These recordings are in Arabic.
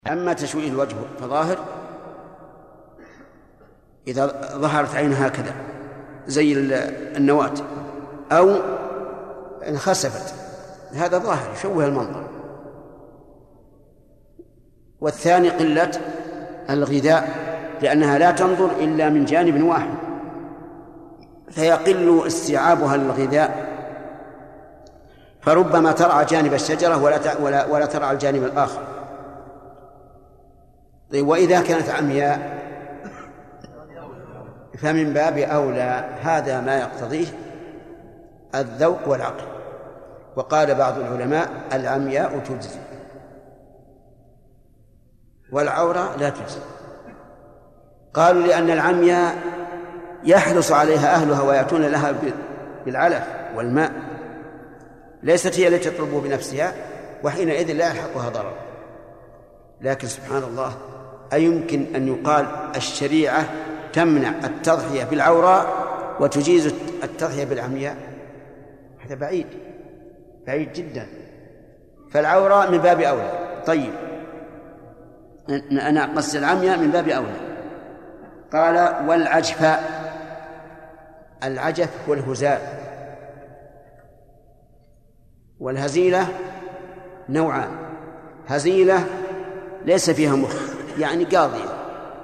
أما تشويه الوجه فظاهر إذا ظهرت عينها هكذا زي النواة أو انخسفت، هذا ظاهر يشوه المنظر. والثاني قلة الغذاء، لأنها لا تنظر إلا من جانب واحد فيقل استيعابها للغذاء، فربما ترعى جانب الشجرة ولا ترعى الجانب الآخر. وإذا كانت عمياء فمن باب أولى، هذا ما يقتضيه الذوق والعقل. وقال بعض العلماء العمياء تجزي والعورة لا تجزي. قالوا لأن العمياء يحرص عليها أهلها ويأتون لها بالعلف والماء، ليست هي التي تطلب بنفسها، وحينئذ لا يلحقها ضرر. لكن سبحان الله، أيمكن أن يقال الشريعة تمنع التضحية بالعوراء وتجيز التضحية بالعمياء؟ هذا بعيد جدا. فالعوراء من باب أولى. طيب، أنا قصد العمياء من باب أولى. قال والعجفاء، العجف هو الهزال، والهزيلة نوعان: هزيلة ليس فيها مخ، يعني قاضية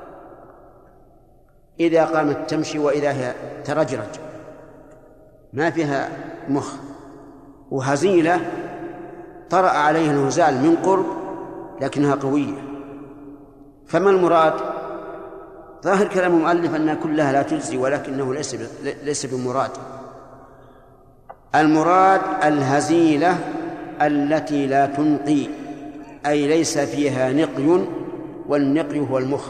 إذا قامت تمشي وإذا هي ترجرج ما فيها مخ، وهزيلة طرأ عليها الهزال من قرب لكنها قوية. فما المراد؟ ظاهر كلام المؤلف أنها كلها لا تجزي، ولكنه ليس بمراد. المراد الهزيلة التي لا تنقي، أي ليس فيها نقي، والنقي هو المخ.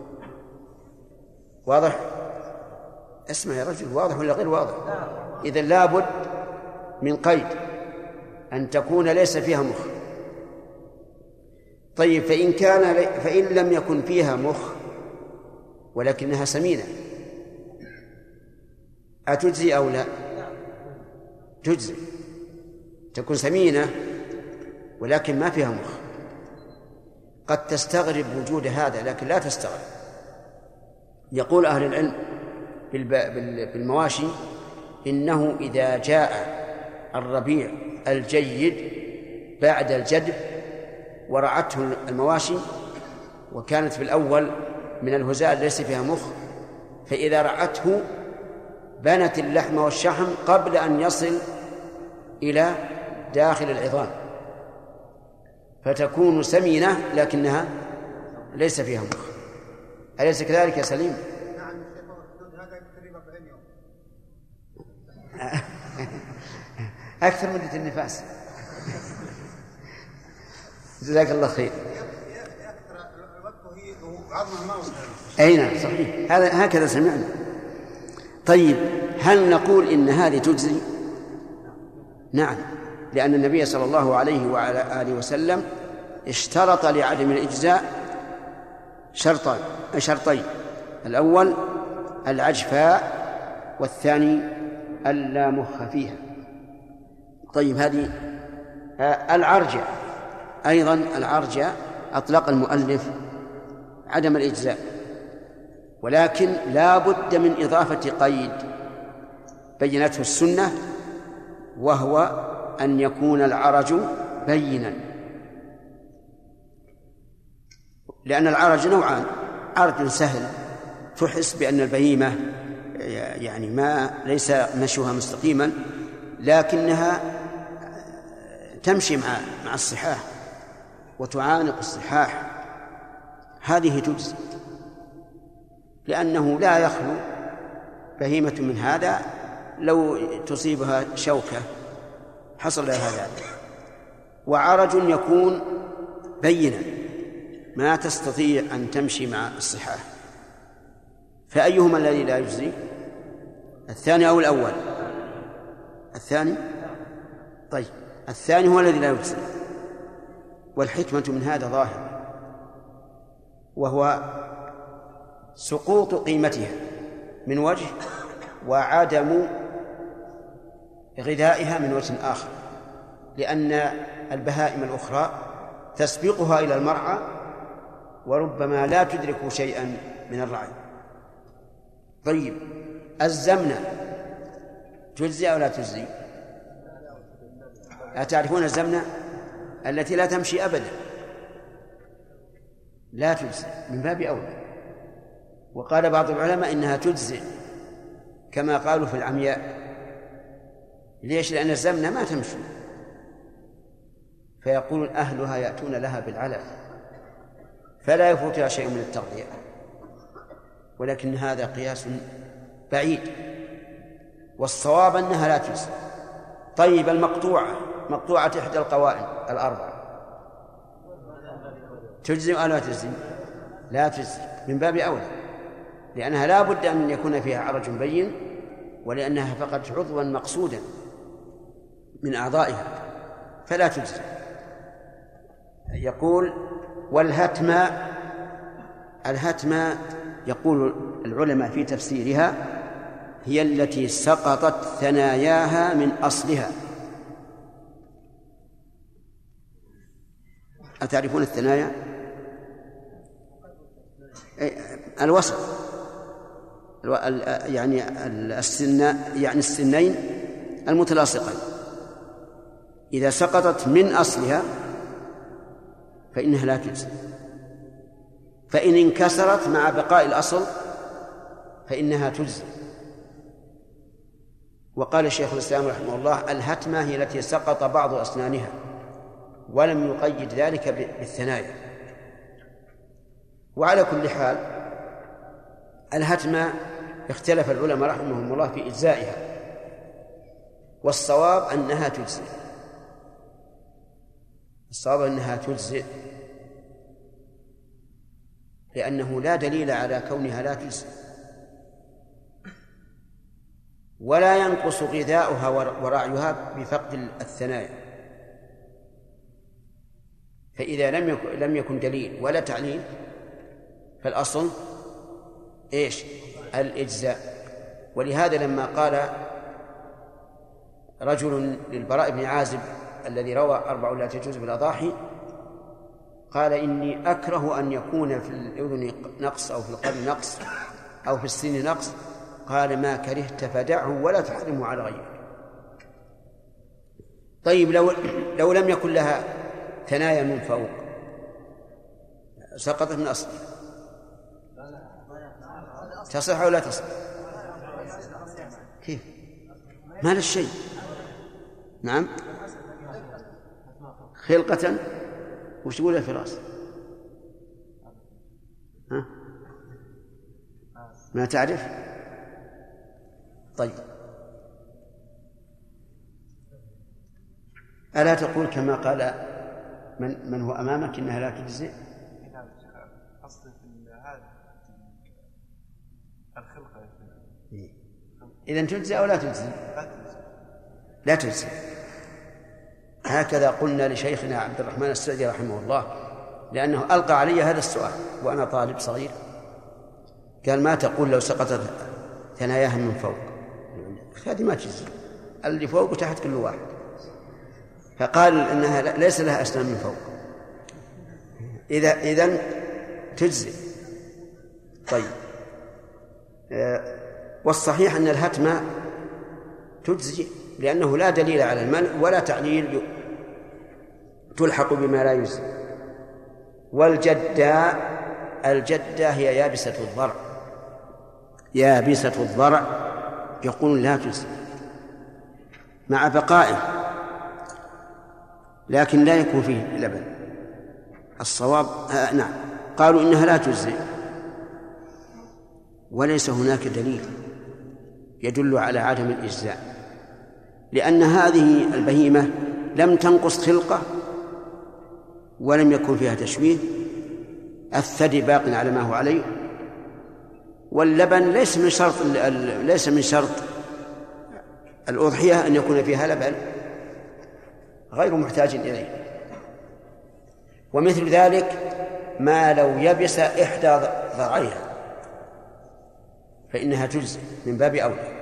واضح؟ اسمع يا رجل، واضح ولا غير واضح؟ إذا لابد من قيد أن تكون ليس فيها مخ. طيب، فإن لم يكن فيها مخ ولكنها سمينة أتجزي أو لا؟ تجزي. تكون سمينة ولكن ما فيها مخ. قد تستغرب وجود هذا لكن لا تستغرب. يقول أهل العلم بالمواشي إنه إذا جاء الربيع الجيد بعد الجدب ورعته المواشي وكانت في الأول من الهزال ليس فيها مخ، فإذا رعته بنت اللحم والشحم قبل أن يصل إلى داخل العظام، فتكون سمينة لكنها ليس فيها مخ. أليس كذلك يا سليم؟ نعم هذا تقريبا 40 يوم. أكثر مدة النفاس. جزاك الله خير. أي نعم صحيح، هكذا سمعنا. طيب، هل نقول إن هذه تجزي؟ نعم، لأن النبي صلى الله عليه وعلى آله وسلم اشترط لعدم الإجزاء شرطين: الأول العجفاء، والثاني اللا مخ فيها. طيب، هذه العرجة أيضا. العرجة أطلق المؤلف عدم الإجزاء، ولكن لا بد من إضافة قيد بينته السنة، وهو أن يكون العرج بينا، لأن العرج نوعان: عرج سهل تحس بأن البهيمة يعني ما ليس مشيها مستقيما لكنها تمشي مع الصحاح وتعانق الصحاح، هذه تجزي، لأنه لا يخلو بهيمة من هذا لو تصيبها شوكة حصل لها ذلك. وعرج يكون بينا ما تستطيع أن تمشي مع الصحاح، فأيهما الذي لا يجزي؟ الثاني أو الأول؟ الثاني. طيب، الثاني هو الذي لا يجزي، والحكمة من هذا ظاهر، وهو سقوط قيمتها من وجه وعدم غذائها من وجه آخر، لأن البهائم الأخرى تسبقها إلى المرعى وربما لا تدرك شيئا من الرعي. طيب الزمنة تجزي أو لا تجزي؟ أتعرفون الزمنة التي لا تمشي أبدا؟ لا تجزي من باب أولى. وقال بعض العلماء إنها تجزي كما قالوا في العمياء. ليش؟ لأن الزمنة ما تمشي، فيقول أهلها يأتون لها بالعلف فلا يفوتها شيء من التغذية. ولكن هذا قياس بعيد، والصواب أنها لا تجزي. طيب المقطوعة، مقطوعة إحدى القوائم الأربعة، تجزي أو لا تجزي؟ لا تجزي من باب أولى، لأنها لا بد أن يكون فيها عرج بين، ولأنها فقط عضوا مقصودا من أعضائها فلا تجزي. يقول والهتمة، الهتمة يقول العلماء في تفسيرها هي التي سقطت ثناياها من أصلها. أتعرفون الثنايا؟ الوسط، يعني السنين المتلاصقين إذا سقطت من أصلها فإنها لا تجزي، فإن انكسرت مع بقاء الأصل فإنها تجزي. وقال الشيخ الإسلام رحمه الله الهتمة هي التي سقط بعض أسنانها، ولم يقيد ذلك بالثنايا. وعلى كل حال الهتمة اختلف العلماء رحمهم الله في إجزائها، والصواب أنها تجزئ، الصواب أنها تجزئ، لأنه لا دليل على كونها لا تجزئ، ولا ينقص غذاؤها ورعيها بفقد الثنايا. فإذا لم يكن دليل ولا تعليل فالأصل إيش؟ الإجزاء. ولهذا لما قال رجل للبراء بن عازب الذي روى 4 لا تجوز بالأضاحي، قال إني أكره أن يكون في الأذن نقص أو في القلب نقص أو في السن نقص. قال ما كرهت فدعه ولا تحرمه على غيرك. طيب لو لم يكن لها ثنايا من فوق سقطت من أصلها، تصح أو لا تصح؟ كيف؟ ما له شيء. نعم خلقة. وش تقول الفراس؟ ها؟ ما تعرف؟ طيب ألا تقول كما قال من هو أمامك إنها لا تجزئ؟ أصل في هذا الخلقة. إذن تجزئ أو لا تجزئ؟ لا تجزئ. هكذا قلنا لشيخنا عبد الرحمن السعدي رحمه الله، لأنه ألقى علي هذا السؤال وأنا طالب صغير، قال ما تقول لو سقطت ثناياها من فوق؟ هذه ما تجزئ، اللي فوق وتحت كل واحد. فقال إنها ليس لها أسنان من فوق، إذن تجزئ. طيب والصحيح أن الهتمة تجزئ، لأنه لا دليل على المنع ولا تعليل تلحق بما لا يجزئ. والجدة، الجدة هي يابسة الضرع، يابسة الضرع يقول لا تجزئ مع بقائه، لكن لا يكون فيه لبن. الصواب نعم قالوا إنها لا تجزئ، وليس هناك دليل يدل على عدم الإجزاء، لأن هذه البهيمة لم تنقص خلقة ولم يكن فيها تشويه، الثدي باق على ما هو عليه، واللبن ليس من شرط الأضحية أن يكون فيها لبن، غير محتاج إليه. ومثل ذلك ما لو يبس إحدى ضرعيها فإنها تجزئ من باب أولى.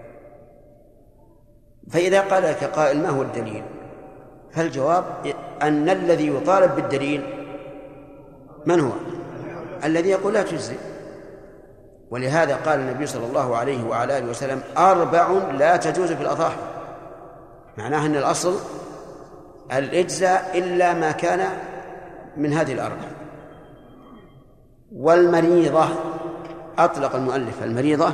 فإذا قال لك قائل ما هو الدليل؟ فالجواب أن الذي يطالب بالدليل من هو؟ الذي يقول لا تجزي. ولهذا قال النبي صلى الله عليه وعلى آله وسلم 4 لا تجوز في الأضاحي، معناه أن الأصل الإجزاء إلا ما كان من هذه ال4. والمريضة أطلق المؤلف المريضة،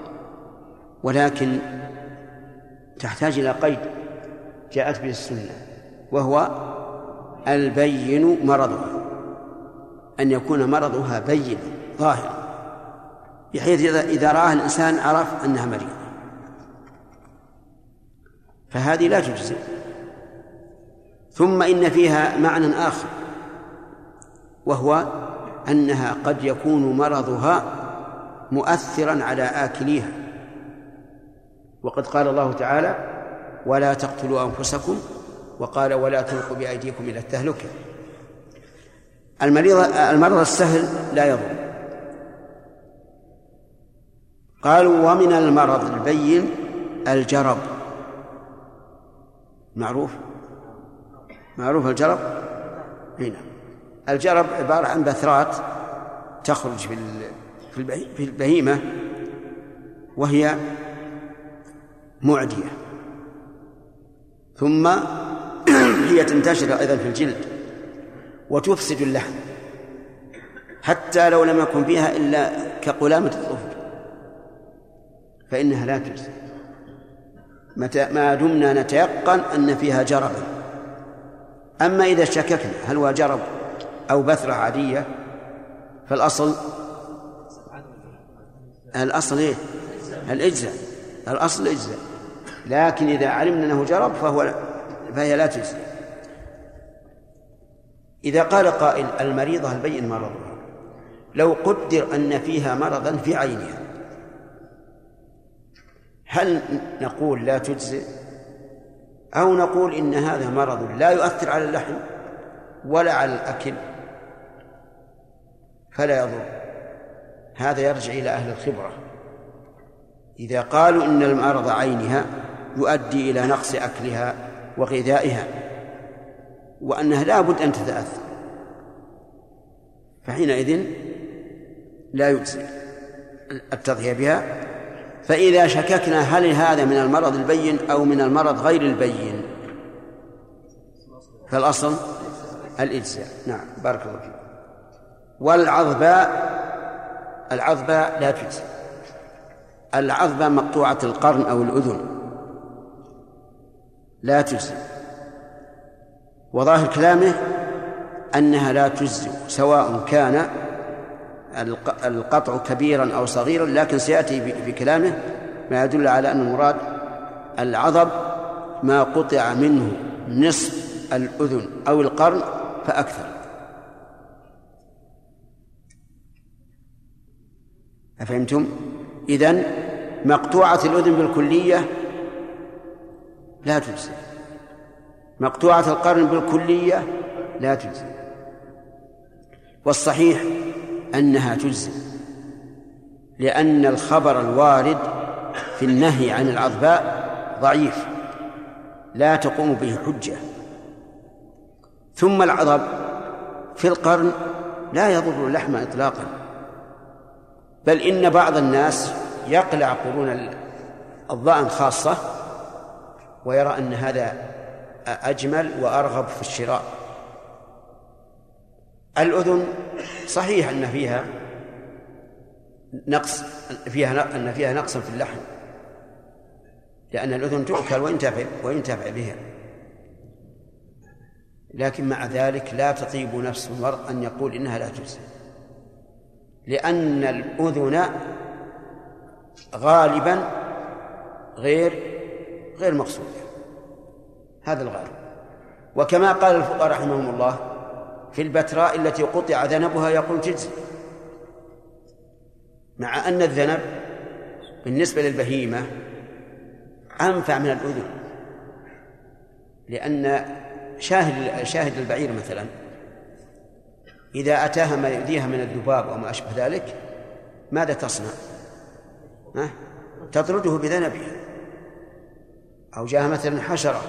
ولكن تحتاج إلى قيد جاءت به السنة، وهو البين مرضها، أن يكون مرضها بين ظاهر، بحيث إذا رآها الإنسان عرف أنها مريضة، فهذه لا تجزي. ثم إن فيها معنى آخر، وهو أنها قد يكون مرضها مؤثرا على آكليها، وقد قال الله تعالى ولا تقتلوا أنفسكم، وقال ولا تلقوا بأيديكم إلى التهلكة. المرض السهل لا يضر. قالوا ومن المرض البين الجرب، معروف الجرب هنا. الجرب عبارة عن بثرات تخرج في البهيمة، وهي معدية، ثم هي تنتشر أيضا في الجلد وتفسد اللحم، حتى لو لم يكن فيها إلا كقلامة الظفر فإنها لا تجزي ما دمنا نتيقن أن فيها جربا. أما إذا شككنا هل هو جرب أو بثرة عادية فالأصل إيه؟ الإجزاء، الأصل الإجزاء. لكن إذا علمنا أنه جرب فهي لا تجزي. إذا قال قائل المريضة البين مرضها، لو قدر أن فيها مرضا في عينها، هل نقول لا تجزي، أو نقول إن هذا مرض لا يؤثر على اللحم ولا على الأكل فلا يضر؟ هذا يرجع إلى أهل الخبرة. إذا قالوا إن المرض عينها يؤدي إلى نقص أكلها وغذائها وأنها لا بد أن تتأثر، فحينئذ لا يجزي التضحية بها. فإذا شككنا هل هذا من المرض البين أو من المرض غير البين فالأصل الإجزاء. نعم، بارك الله فيك. العظباء لا تجزي. العظباء مقطوعة القرن أو الأذن لا تجزي، وظاهر كلامه أنها لا تجزي سواء كان القطع كبيرا أو صغيرا، لكن سيأتي في كلامه ما يدل على أن المراد العظب ما قطع منه نصف الأذن أو القرن فأكثر. أفهمتم؟ إذن مقطوعة الأذن بالكلية لا تجزي، مقطوعة القرن بالكلية لا تجزي، والصحيح أنها تجزي، لأن الخبر الوارد في النهي عن العظباء ضعيف لا تقوم به حجة. ثم العظب في القرن لا يضر اللحم إطلاقا، بل إن بعض الناس يقلع قرون الضأن خاصة ويرى أن هذا أجمل وأرغب في الشراء. الأذن صحيح أن فيها نقص، أن فيها نقصا في اللحم، لأن الأذن تؤكل وينتفع بها، لكن مع ذلك لا تطيب نفس المرء أن يقول إنها لا تجزي، لأن الأذن غالبا غير مقصودة، هذا الغالب. وكما قال الفقهاء رحمهم الله في البتراء التي قطع ذنبها يقول تجزي، مع أن الذنب بالنسبة للبهيمة أنفع من الأذن، لأن شاهد البعير مثلا إذا أتاها ما يؤذيها من الذباب أو ما أشبه ذلك ماذا تصنع؟ تطرده بذنبها، أو جاءها مثلا حشرة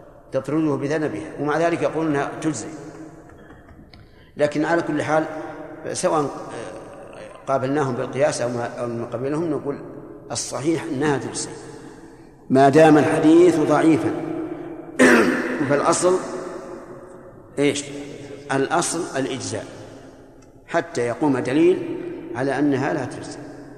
تطرده بذنبها، ومع ذلك يقولون أنها تجزي. لكن على كل حال سواء قابلناهم بالقياس أو ما قبلهم نقول الصحيح أنها تجزي ما دام الحديث ضعيفا. فالأصل إيش؟ الأصل الإجزاء حتى يقوم دليل على أنها لا تجزي.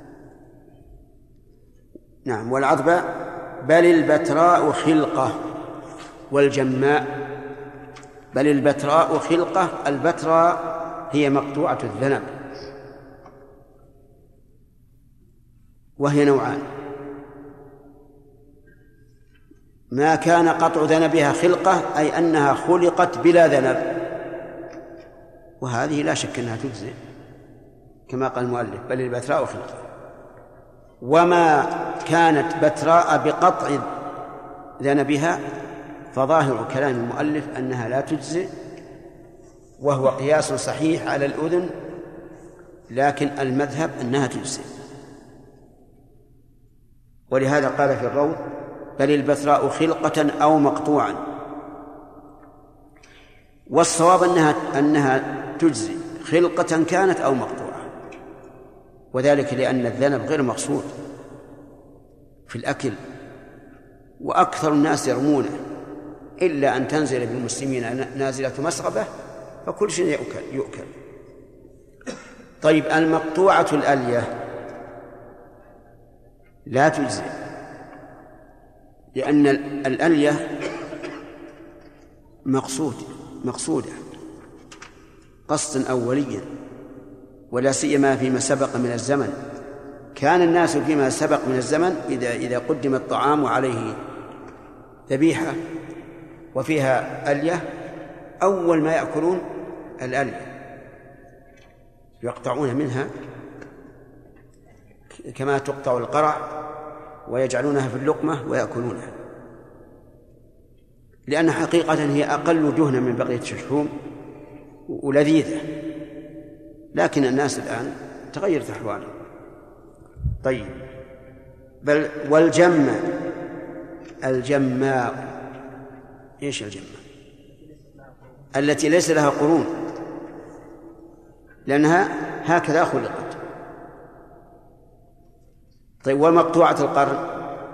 نعم. والعضبة بل البتراء خلقة والجماء. بل البتراء خلقة. البتراء هي مقطوعة الذنب وهي نوعان: ما كان قطع ذنبها خلقة أي أنها خلقت بلا ذنب، وهذه لا شك أنها تجزئ كما قال المؤلف بل البتراء خلقة. وما كانت بتراء بقطع ذنبها فظاهر كلام المؤلف أنها لا تجزئ، وهو قياس صحيح على الأذن، لكن المذهب أنها تجزئ. ولهذا قال في الروض بل البتراء خلقة أو مقطوعا. والصواب أنها تجزئ خلقة كانت أو مقطوعة، وذلك لأن الذنب غير مقصود في الأكل، وأكثر الناس يرمونه إلا أن تنزل بالمسلمين نازلة مسغبة فكل شيء يؤكل. طيب المقطوعة الألية لا تجزئ، لأن الألية مقصودة قصدا أوليا، ولا سيما فيما سبق من الزمن. كان الناس فيما سبق من الزمن إذا قدم الطعام وعليه ذبيحة وفيها ألية أول ما يأكلون الألية، يقطعون منها كما تقطع القرع ويجعلونها في اللقمة ويأكلونها، لأن حقيقة هي أقل دهنا من بقية الشحوم ولذيذة، لكن الناس الآن تغيرت أحوالهم. طيب بل الجماء إيش الجماء؟ التي ليس لها قرون، لأنها هكذا خلقت. طيب ومقطوعة القرن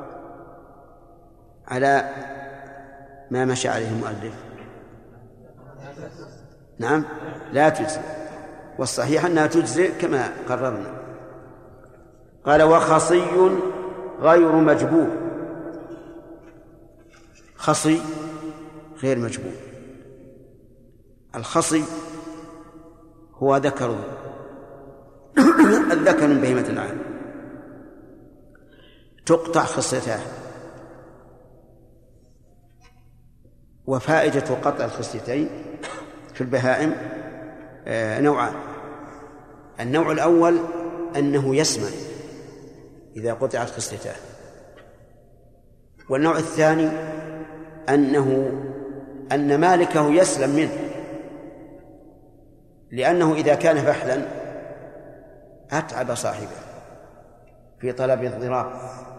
على ما مشى عليه المؤلف نعم لا تجزئ، والصحيح أنها تجزئ كما قررنا. قال وخصي غير مجبوب. خصي غير مجبوب. الخصي هو ذكر الذكر من بهيمة الأنعام تقطع خصيتاه. وفائدة قطع الخصيتين في البهائم نوعان: النوع الأول أنه يسمن إذا قطعت خصيتاه، والنوع الثاني أن مالكه يسلم منه، لأنه إذا كان فحلا أتعب صاحبه في طلب الضراب.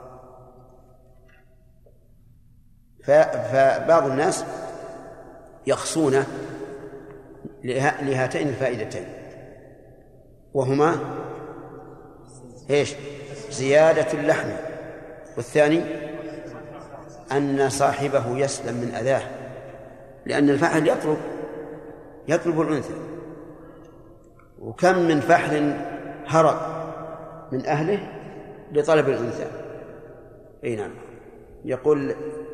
فبعض الناس يخصون لهاتين الفائدتين، وهما إيش؟ زيادة اللحم، والثاني أن صاحبه يسلم من أذاه، لأن الفحل يطلب الأنثى، وكم من فحل هرب من أهله لطلب الأنثى. أي نعم. يقول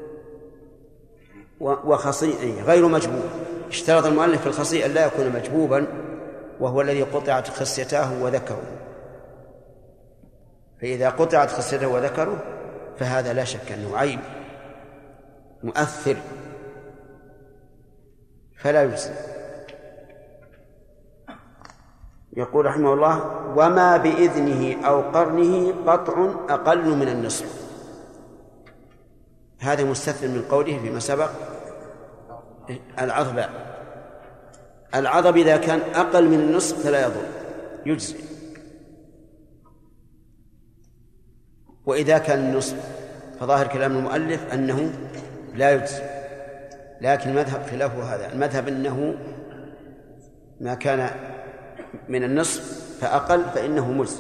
وخصي غير مجبوب. اشترط المؤلف في الخصي أن لا يكون مجبوبا، وهو الذي قطعت خصيتاه وذكره. فإذا قطعت خصيته وذكره فهذا لا شك أنه عيب مؤثر فلا يجزي. يقول رحمه الله وما بإذنه أو قرنه قطع أقل من النصف. هذا مستثنى من قوله فيما سبق العضب إذا كان أقل من النصف فلا يضر يجزي، وإذا كان النصف فظاهر كلام المؤلف أنه لا يجزي، لكن المذهب خلافه هذا. المذهب أنه ما كان من النصف فأقل فإنه مجزئ.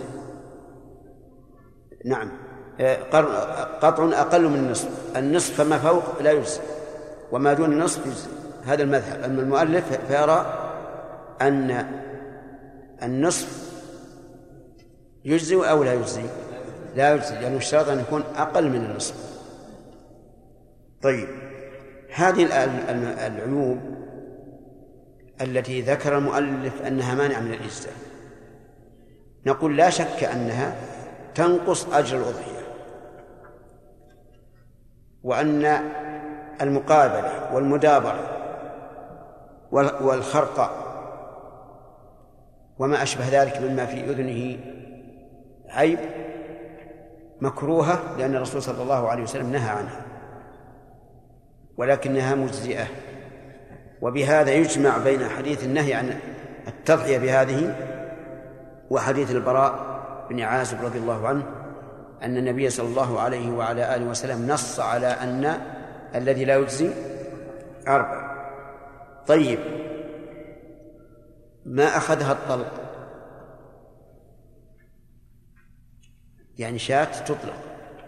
نعم، قطع أقل من النصف فما فوق لا يجزئ، وما دون النصف يجزئ. هذا المذهب. أما المؤلف فيرى أن النصف يجزئ أو لا يجزئ؟ لا يجزئ، لأنه اشترط أن يكون أقل من النصف. طيب، هذه العيوب التي ذكر المؤلف أنها مانع من الإجزاء، نقول لا شك أنها تنقص أجر الأضحية، وأن المقابلة والمدابرة والخرقة وما أشبه ذلك مما في أذنه عيب مكروهة، لأن الرسول صلى الله عليه وسلم نهى عنها، ولكنها مجزئة. وبهذا يجمع بين حديث النهي عن التضحية بهذه وحديث البراء بن عازب رضي الله عنه أن النبي صلى الله عليه وعلى آله وسلم نص على أن الذي لا يجزي 4. طيب، ما أخذها الطلق، يعني شاة تطلق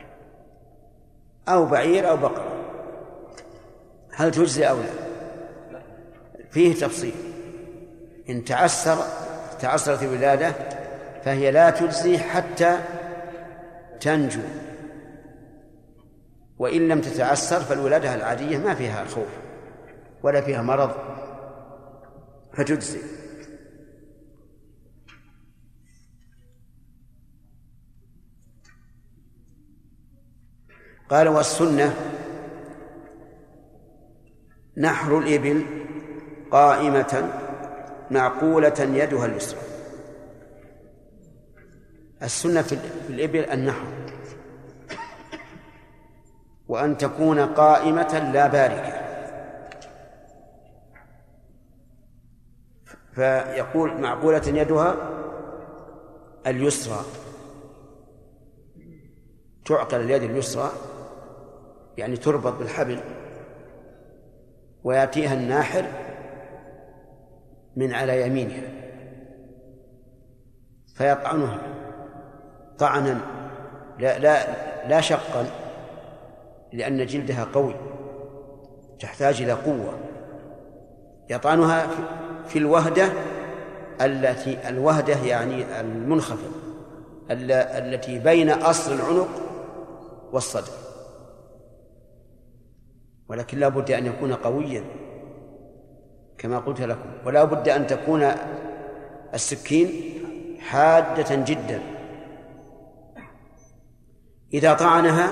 أو بعير أو بقرة، هل تجزي أو لا؟ فيه تفصيل. إن تعسرت الولادة فهي لا تجزي حتى تنجو، وإن لم تتعسر فالولادة العادية ما فيها خوف ولا فيها مرض فتجزي. قال: والسنة نحر الإبل قائمة معقولة يدها اليسرى. السنة في الإبل النحر، وأن تكون قائمة لا باركة. فيقول معقولة يدها اليسرى، تعقل اليد اليسرى يعني تربط بالحبل، ويأتيها الناحر من على يمينها فيطعنها طعنا لا شقا، لأن جلدها قوي تحتاج إلى قوة. يطعنها في الوهدة الوهدة يعني المنخفض التي بين أصل العنق والصدر، ولكن لا بد أن يكون قويا كما قلت لكم، ولا بد أن تكون السكين حادة جدا. إذا طعنها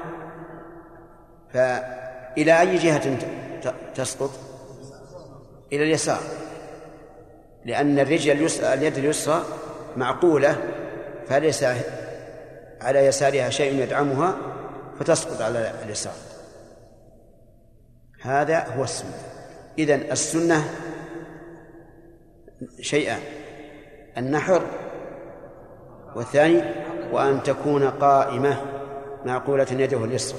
فإلى أي جهة تسقط؟ إلى اليسار، لأن اليد اليسرى معقولة فليس على يسارها شيء يدعمها فتسقط على اليسار. هذا هو السنة. إذن السنة شيئان: النحر، والثاني وأن تكون قائمة معقولة يده اليسرى.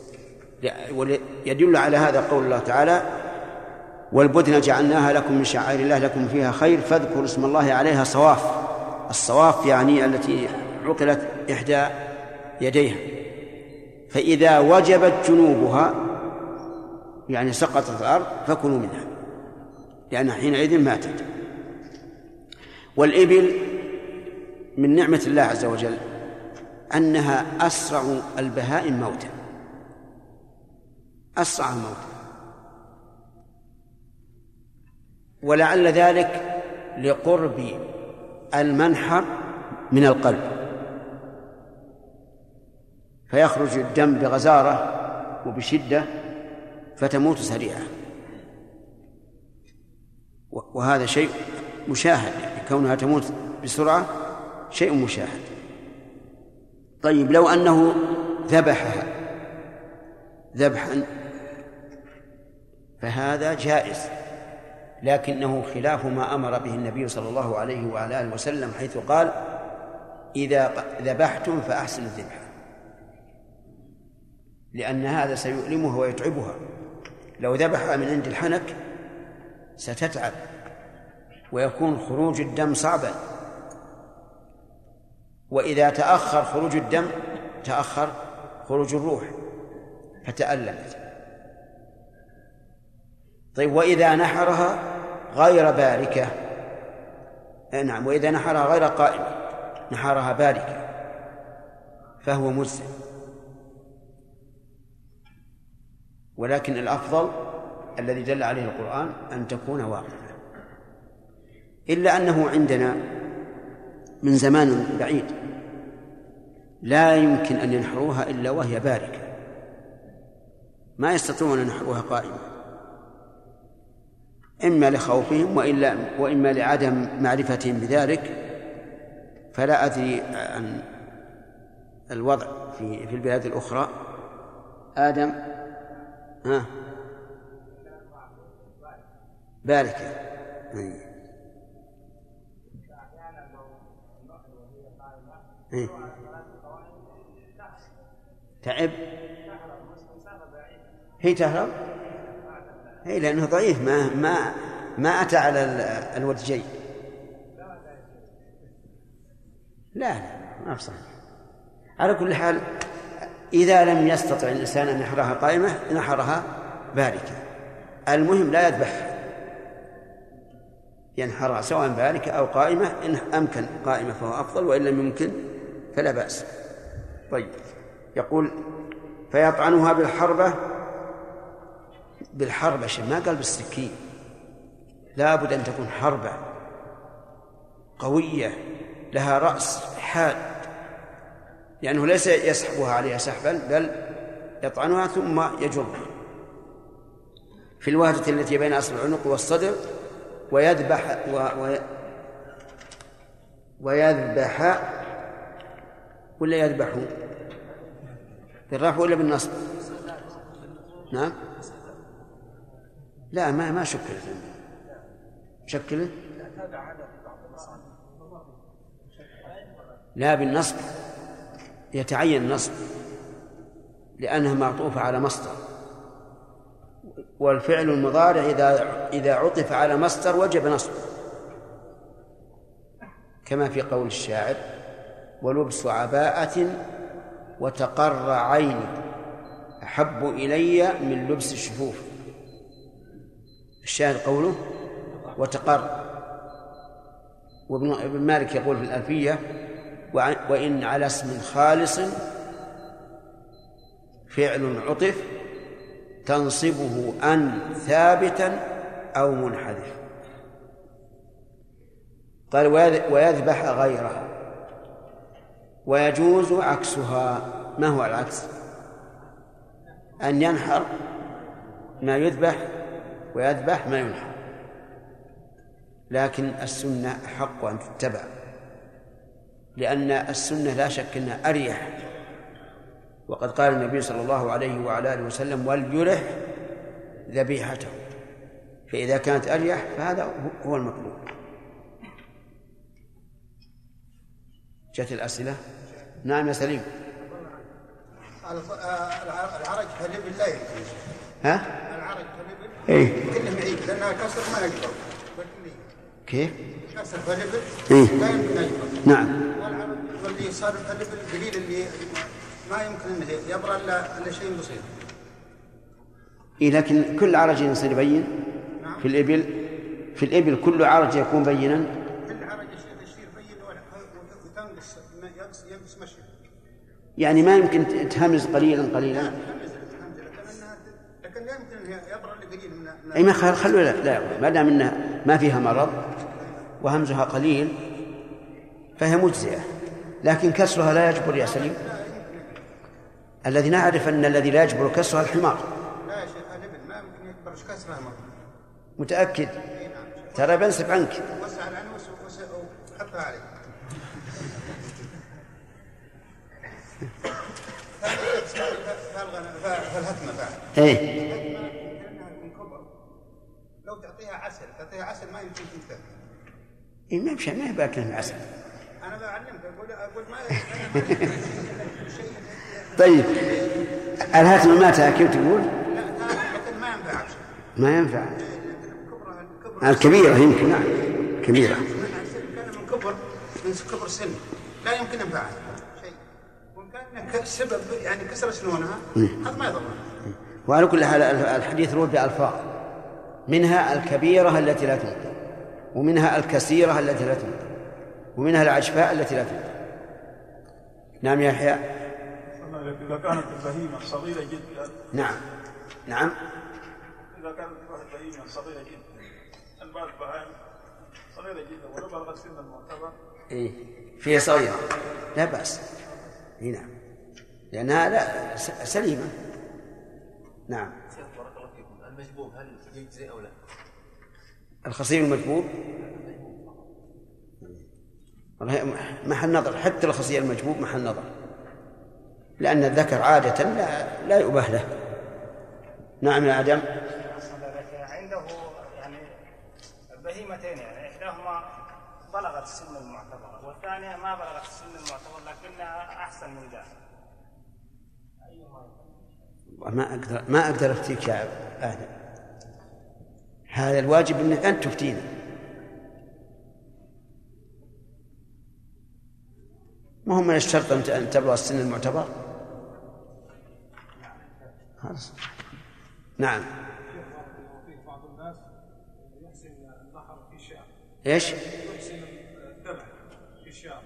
يدل على هذا قول الله تعالى: والبدن جعلناها لكم من شعائر الله لكم فيها خير فاذكروا اسم الله عليها صواف. الصواف يعني التي عقلت إحدى يديها، فإذا وجبت جنوبها يعني سقطت الأرض فكلوا منها، لأنها حينئذ ماتت. والإبل من نعمة الله عز وجل أنها أسرع البهائم موتا، أسرع موتا، ولعل ذلك لقرب المنحر من القلب، فيخرج الدم بغزارة وبشدة فتموت سريعا، وهذا شيء مشاهد، يعني كونها تموت بسرعة شيء مشاهد. طيب، لو أنه ذبحها ذبحا فهذا جائز، لكنه خلاف ما أمر به النبي صلى الله عليه وعلى آله وسلم، حيث قال: إذا ذبحتم فأحسنوا الذبح، لأن هذا سيؤلمها ويتعبها. لو ذبحها من عند الحنك ستتعب ويكون خروج الدم صعبا، وإذا تأخر خروج الدم تأخر خروج الروح فتألمت. طيب وإذا نحرها غير باركة، نعم، وإذا نحرها غير قائمة نحرها باركة فهو مجزئ، ولكن الأفضل الذي دل عليه القرآن أن تكون واقفة، إلا أنه عندنا من زمان بعيد لا يمكن أن ينحروها إلا وهي باركة، ما يستطيعون أن ينحروها قائمة، إما لخوفهم وإما لعدم معرفتهم بذلك. فلا أدري عن الوضع في البلاد الأخرى. آدم باركة تعب، هي تهرب، هي لأنه ضعيف ما أتى على الودجين. لا ما بصح. على كل حال إذا لم يستطع الإنسان أن يحرها قائمة نحرها باركة، المهم لا يذبح، ينحرها سواء باركة أو قائمة، إن أمكن قائمة فهو أفضل، وإن لم يمكن فلا بأس. طيب يقول فيطعنها بالحربة شيء، ما قال بالسكين، لا بد أن تكون حربة قوية لها رأس حاد، لأنه ليس يسحبها عليها سحبا بل يطعنها ثم يجرها في الوهدة التي بين أصل العنق والصدر، ويذبح ولا يذبح بالرفع ولا بالنصب؟ نعم لا ما شكله لا بالنصب، يتعين النصب لأنها معطوفة على مصدر، والفعل المضارع إذا عطف على مصدر وجب نصبه، كما في قول الشاعر ولبس عباءة وتقر عيني أحب إلي من لبس الشفوف. الشاعر قوله وتقر. وابن مالك يقول في الألفية وإن على اسم خالص فعل عطف تنصبه أن ثابتا أو منحذف. قال ويذبح غيرها، ويجوز عكسها. ما هو العكس؟ أن ينحر ما يذبح ويذبح ما ينحر، لكن السنة أحق أن تتبع، لأن السنة لا شك أنها أريح، وقد قال النبي صلى الله عليه وعلى آله وسلم وليرح ذبيحته، فإذا كانت أريح فهذا هو المطلوب. جاءت الأسئلة. نعم يا سليم. العرج فلب الليل. ها؟ العرج فلب. إيه. كله معيب لأنها كسر ما يقدر. كيف؟ كسر فلب. إيه. لا يمكن أن يقدر. نعم. والعرج واللي صار فلب القليل اللي ما يمكن أنه يبرأ إلا شيء بسيط. إيه لكن كل عرج يصير بين. نعم. في الإبل كل عرج يكون بينا. كل عرج يصير بين وتنقص مشي. يعني ما يمكن تهمز قليلا لكن لا يمكن أن يبرأ القليل من أي ما خلوا لا ما دام إنها ما فيها مرض وهمزها قليل فهي مجزئة، لكن كسرها لا يجبر يا سليم. الذي نعرف أن الذي لا يجبر كسرها الحمار. لا يا شيخ الابن ما يمكن يكبر كسرها مرة. متأكد؟ ترى بنسف عنك. وسع العنى وحطها عليه. فالهتمة بعد. إيه. لو تعطيها عسل ما يمكن تنتهي. إيه ما يمشي ما يبقى كلمة عسل. أنا بعلمك أقول ما طيب الهتمة ما تأكل تقول؟ لا لكن ما ينفع. ما ينفع. الكبيرة يمكن. نعم كبيرة كان من كبر سن لا يمكن أن فعل شيء، وكان سبب يعني كسر سنونها هذا ما يضر. وعلى كل حال الحديث روى بألفاظ، منها الكبيرة التي لا تنطق، ومنها الكثيرة التي لا تنطق، ومنها العجفاء التي لا تنطق. نعم يا يحيى. إذا كانت البهيمة صغيرة جدا. نعم. إذا كانت البهيمة صغيرة جدا، البعض البهائم صغيرة جدا ولو بلغت سن المعتبر. فيها صغيرة لا بأس. نعم، لأنها لا سليمة. نعم. بارك الله فيكم. المجبوب هل يجزي أو لا؟ الخصيب المجبوب محل نظر، حتى الخصيب المجبوب محل نظر، لأن الذكر عادة لا يؤبه له. نعم يا آدم. عنده يعني البهيمتين، يعني إحداهما بلغت سن المعتبر والثانية ما بلغت سن المعتبر لكنها أحسن من ذلك، ما أقدر أفتيك يا آدم، هذا الواجب أنك أنت تفتينا. مهم من الشرط أن تبلغ السن المعتبر. نعم. بعض الناس يحسن النحر في شاة. إيش؟ يحسن الذبح في الشاة.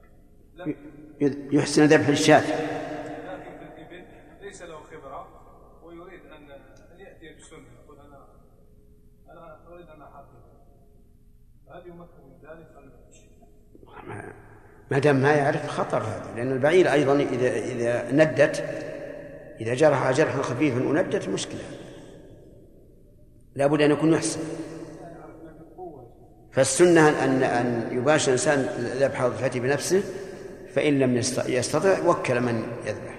يحسن ذبح الشاة. لكن في الإبل ليس له خبرة ويريد أن يأتي بالسنة، يقول أنا أريد أن أحقق، هل يمكن من ذلك؟ ما دام ما يعرف خطر هذا، لأن البعير أيضا إذا ندت، إذا جرح جرحا خفيفا وندت مشكلة، لا بد أن يكون يحسن. فالسنة أن يباشر الإنسان ذبح أضحيته بنفسه، فإن لم يستطع وكل من يذبح.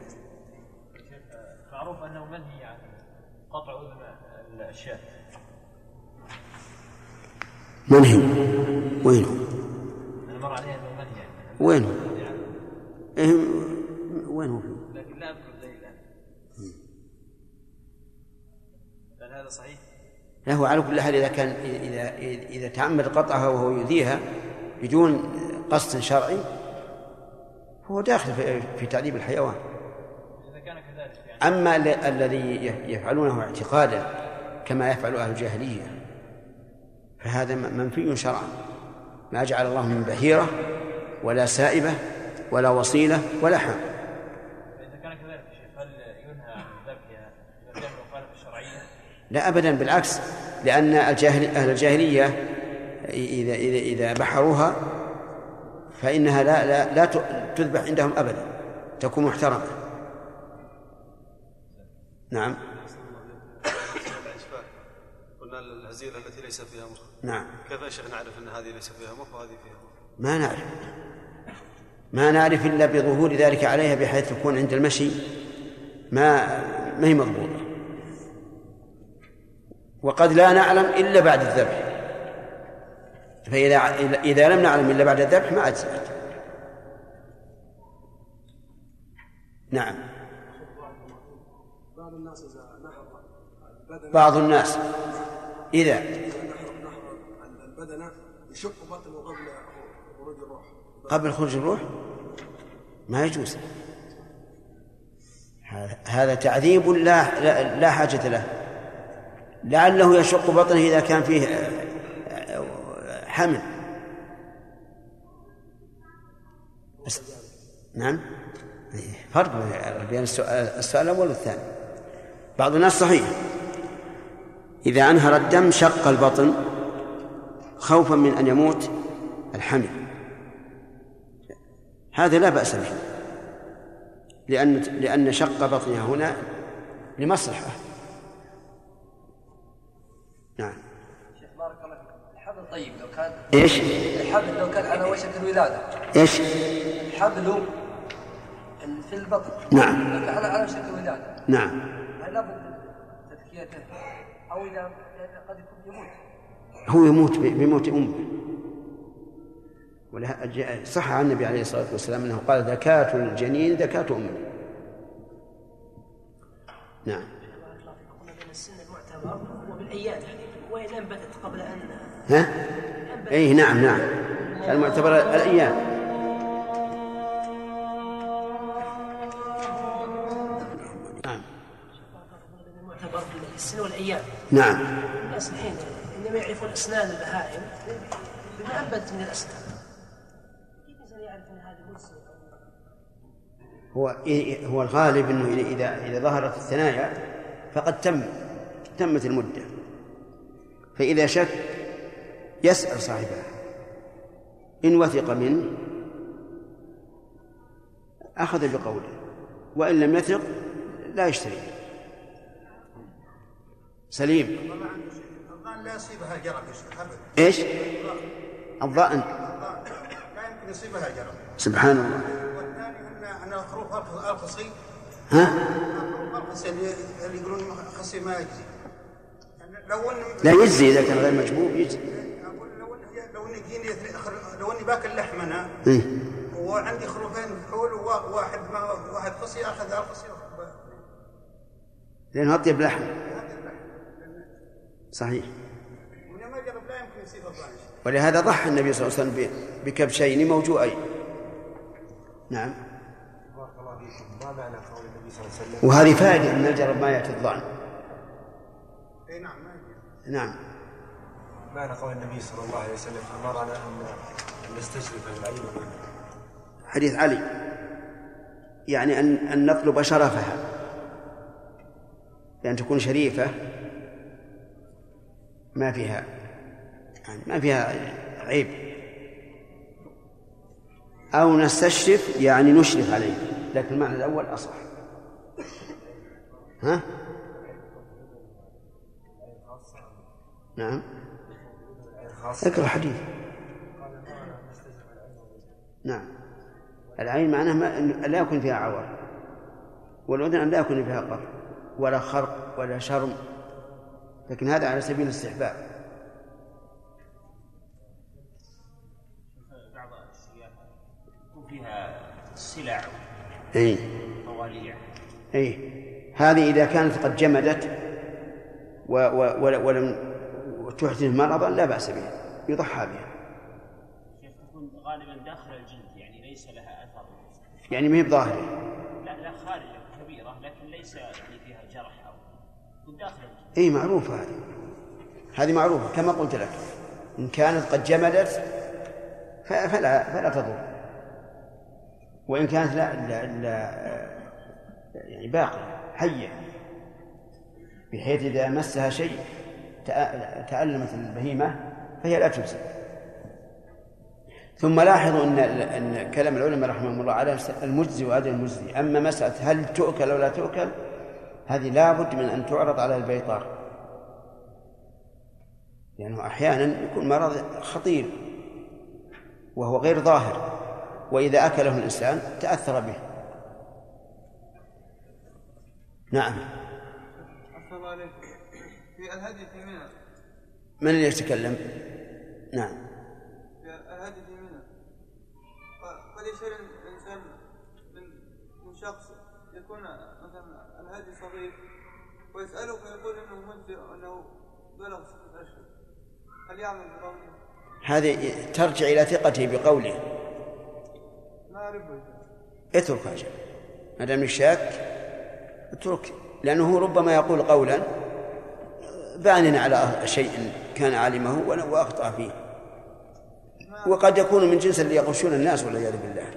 معروف أنه منهي عن قطع أذن الشاة. منهي وينه؟ المر عليها أنه منهي. وينه؟ وينه؟ لكن لا أذكر دليل الآن. هل هذا صحيح؟ له على كل حال إذا تعمد قطعها وهو يؤذيها بدون قصد شرعي هو داخل في تعذيب الحيوان. إذا كان كذلك يعني. أما الذي يفعلونه اعتقادا كما يفعل أهل الجاهلية فهذا منفي شرعا، ما جعل الله من بحيرة ولا سائبة ولا وصيلة ولا حام. إذا كان كذلك هل ينهى عن ذبحها إذا كان مخالفة شرعية؟ لا أبدا، بالعكس، لأن أهل الجاهلية إذا بحروها فإنها لا تذبح عندهم أبدا، تكون محترمة. نعم. قلنا الهزيلة التي ليس فيها مخ. نعم. كيف يا شيخ نعرف أن هذه ليس فيها مخ وهذه فيها مخ؟ ما نعرف إلا بظهور ذلك عليها، بحيث تكون عند المشي ما هي مضبوطة، وقد لا نعلم إلا بعد الذبح، فإذا لم نعلم إلا بعد الذبح ما أجزأت. نعم. بعض الناس إذا البدن يشق بطنه قبل خروج الروح ما يجوز، هذا تعذيب لا حاجة له. لعله يشق بطنه إذا كان فيه حمل. نعم، فرق بين السؤال الأول والثاني. بعض الناس صحيح إذا أنهر الدم شق البطن خوفا من أن يموت الحمل، هذا لا بأس به، لأن شق بطنها هنا لمصلحة. نعم. شيخ بارك الله فيكم، الحبل طيب لو كان إيش؟ الحبل لو كان على وشك الولادة. إيش؟ الحبل في البطن. نعم. لو كان على وشك الولادة. نعم. هل لابد تذكيته أو إذا قد يكون يموت؟ هو يموت بموت أمه، صح عن النبي عليه الصلاة والسلام أنه قال ذكاة الجنين ذكاة أمه. نعم. بين السن المعتبر هو بالأيام، وإن أنبتت قبل أن أي نعم نعم، المعتبر الأيام. المعتبر السن والأيام. نعم. الناس الحين إنما يعرفون أسنان البهائم بما أنبت من الأسنان. كيف الإنسان يعرف أن هذا مسلم؟ هو الغالب أنه إذا ظهرت الثنايا فقد تمت المدة، فإذا شك يسأل صاحبه، إن وثق منه أخذ بقوله، وإن لم يثق لا يشتري. سليم. الظان لا يصيبها الجرب إيش؟ الظان لا يمكن يصيبها الجرب. سبحان الله. والثاني أن الخروف الخصي، الخروف الخصي اللي يقولون خصي ما يجزي، لا يجزي إذا كان غير مجبوب يجزي. لو اني باكل لحم انا وعندي خروفين فحول وواحد خصي اخذ الخصي لانه اطيب لحم. صحيح. وما جرب لا يمكن يصيب الظالم. ولهذا ضحى النبي صلى الله عليه وسلم بكبشين موجوعين. نعم. بارك الله فيكم. ما معنى قول النبي صلى الله عليه وسلم؟ وهذه فائده ان الجرب ما ياتي الظان. اي نعم. نعم. معنى قول النبي صلى الله عليه وسلم أمرنا أن نستشرف العين. حديث علي يعني أن نطلب شرفها، لأن تكون شريفة ما فيها عيب، أو نستشرف يعني نشرف عليه، لكن المعنى الأول أصح. ها؟ نعم. اقرأ الحديث. نعم. العين معناها لا يكون فيها عور، والأذن لا يكون فيها قر ولا خرق ولا شرم، لكن هذا على سبيل الاستحباب. بعض الأشياء يكون فيها سلع طواليع. هذه إذا كانت قد جمدت ولم تحدث مرضا لا بأس بها، يضحى بها. تكون غالبا داخل الجلد، يعني ليس لها أثر، يعني ما هي بظاهرة. لا خارجة كبيرة، لكن ليس يعني فيها جرح أو تكون داخل الجلد. معروفة هذه معروفة كما قلت لك، إن كانت قد جمدت فلا تضر، وإن كانت لا يعني باقية حية، بحيث إذا مسها شيء تألمت البهيمة فهي لا تجزي. ثم لاحظوا أن كلام العلماء رحمهم الله على المجزي وعدم المجزي. أما مسألة هل تؤكل أو لا تؤكل هذه لا بد من أن تعرض على البيطار، لأنه أحيانا يكون مرض خطير وهو غير ظاهر، وإذا أكله الإنسان تأثر به. نعم. أحسن الله عليك. في الهدي في منى. من اللي يتكلم؟ نعم. في الهدي في منى قد يشتري الإنسان من شخص يكون مثلا الهدي صغير ويسأله فيقول إنه مجزئ وأنه بلغ 6 أشهر، هل يعمل بقوله؟ هذه ترجع إلى ثقته بقوله. ما أعرفه. اترك هذا ما دام الشاك اترك، لأنه ربما يقول قولا بان على شيء كان علمه وأخطأ فيه، وقد يكون من جنس اللي يغشون الناس والعياذ بالله.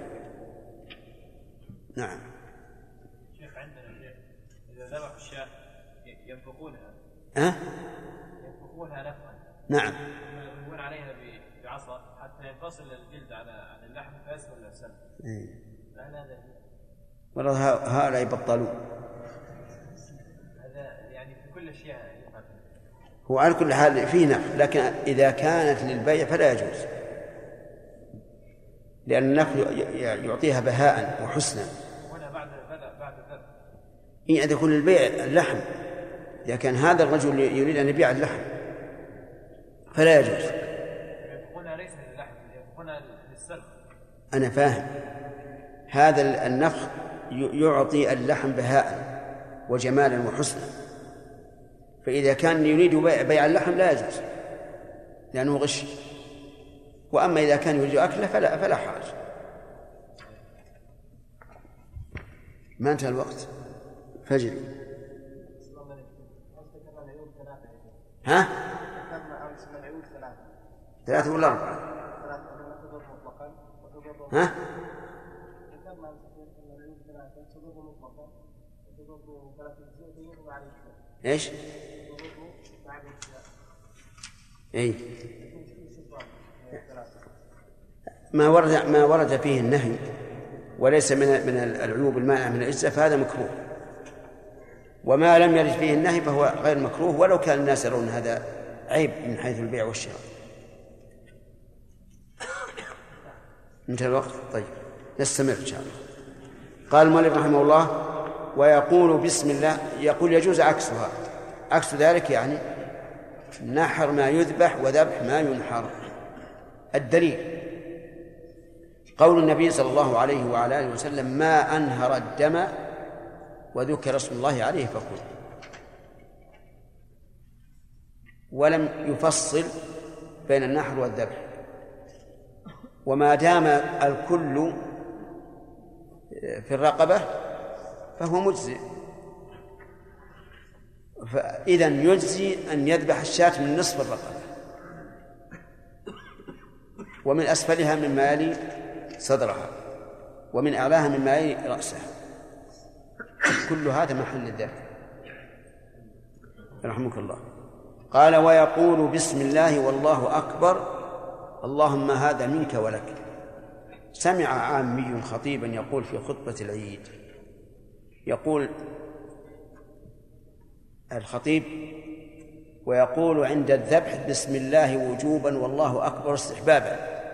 نعم. شيخ عندنا إذا ذبحوا الشاة ينفخونها. ينفخونها نفخا. نعم. يضربون عليها بعصا حتى ينفصل الجلد عن اللحم فيسهل السلب. فهل هذا والله هؤلاء يبطلون. هذا يعني في كل الأشياء. هو على كل حال فيه نفخ، لكن إذا كانت للبيع فلا يجوز، لأن النفخ يعطيها بهاء وحسنا. هنا بعد الذبح. إذا يكون للبيع اللحم، إذا كان هذا الرجل يريد أن يبيع اللحم فلا يجوز. ينفخونها ليس للحم، ينفخونها للسلب. أنا فاهم. هذا النفخ يعطي اللحم بهاء وجمالا وحسنا، فإذا كان يريد بيع اللحم لا يجوز لأنه غش. وأما إذا كان يريد أكله فلا حرج. ما انتهى الوقت فجري. ها؟ 3 ولا 4؟ ها؟ ايش؟ اي ما ورد فيه النهي وليس من العيوب المانعة من الإجزاء فهذا مكروه، وما لم يرد فيه النهي فهو غير مكروه ولو كان الناس يرون هذا عيب من حيث البيع والشراء. انتهى الوقت. طيب نستمر إن شاء الله. قال المؤلف رحمه الله: ويقول بسم الله. يقول يجوز عكسها، عكس ذلك يعني نحر ما يذبح وذبح ما ينحر. الدليل قول النبي صلى الله عليه وعلى آله وسلم: ما أنهر الدم وذكر اسم الله عليه فكل. ولم يفصل بين النحر والذبح، وما دام الكل في الرقبة فهو مجزئ، فإذا يجزي أن يذبح الشاة من نصف الرقبة ومن أسفلها مما يلي صدرها ومن أعلاها مما يلي رأسها، كل هذا محل الذبح. رحمك الله. قال: ويقول بسم الله والله أكبر اللهم هذا منك ولك. سمع عامي خطيبا يقول في خطبة العيد، يقول الخطيب: ويقول عند الذبح بسم الله وجوبا والله أكبر استحبابا.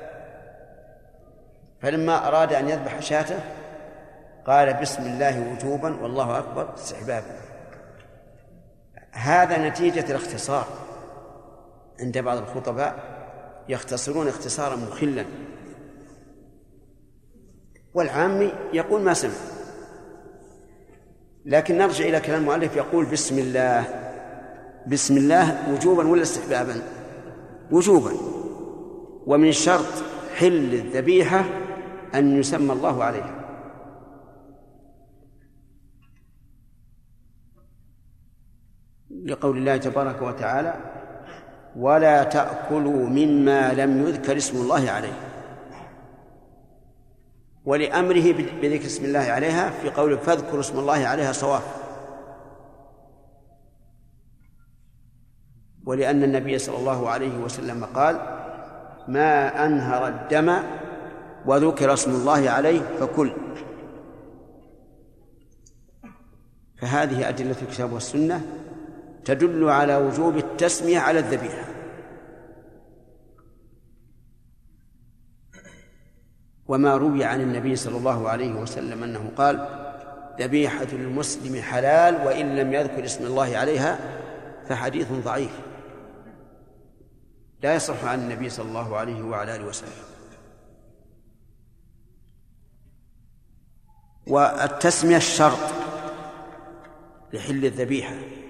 فلما أراد أن يذبح شاته قال بسم الله وجوبا والله أكبر استحبابا. هذا نتيجة الاختصار. عند بعض الخطباء يختصرون اختصارا مخلا، والعامي يقول ما سمع. لكن نرجع إلى كلام المؤلف، يقول بسم الله. بسم الله وجوبا ولا استحبابا؟ وجوبا. ومن شرط حل الذبيحة أن يسمى الله عليها. لقول الله تبارك وتعالى: ولا تأكلوا مما لم يذكر اسم الله عليه، ولأمره بذكر اسم الله عليها في قوله فاذكروا اسم الله عليها صواف. ولأن النبي صلى الله عليه وسلم قال: ما أنهر الدم وذكر اسم الله عليه فكل. فهذه أدلة الكتاب والسنة تدل على وجوب التسمية على الذبيحة. وما روي عن النبي صلى الله عليه وسلم أنه قال: ذبيحة المسلم حلال وإن لم يذكر اسم الله عليها، فحديث ضعيف لا يصح عن النبي صلى الله عليه وعلى آله وسلم. والتسمية الشرط لحل الذبيحة،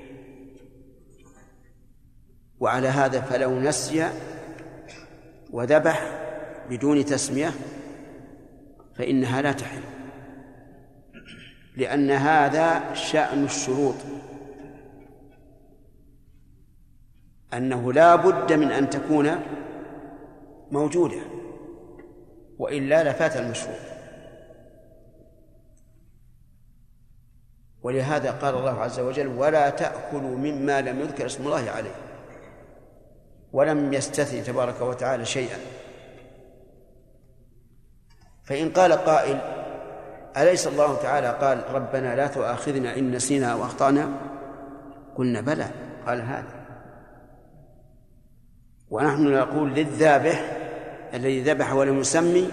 وعلى هذا فلو نسي وذبح بدون تسمية فإنها لا تحل، لأن هذا شأن الشروط، أنه لا بد من أن تكون موجودة وإلا لفات المشروط. ولهذا قال الله عز وجل: ولا تأكلوا مما لم يذكر اسم الله عليه، ولم يستثني تبارك وتعالى شيئا. فإن قال قائل: أليس الله تعالى قال ربنا لا تؤاخذنا إن نسينا أو أخطأنا؟ قلنا بلى، قال هذا. ونحن نقول للذابح الذي ذبح ولم يسمي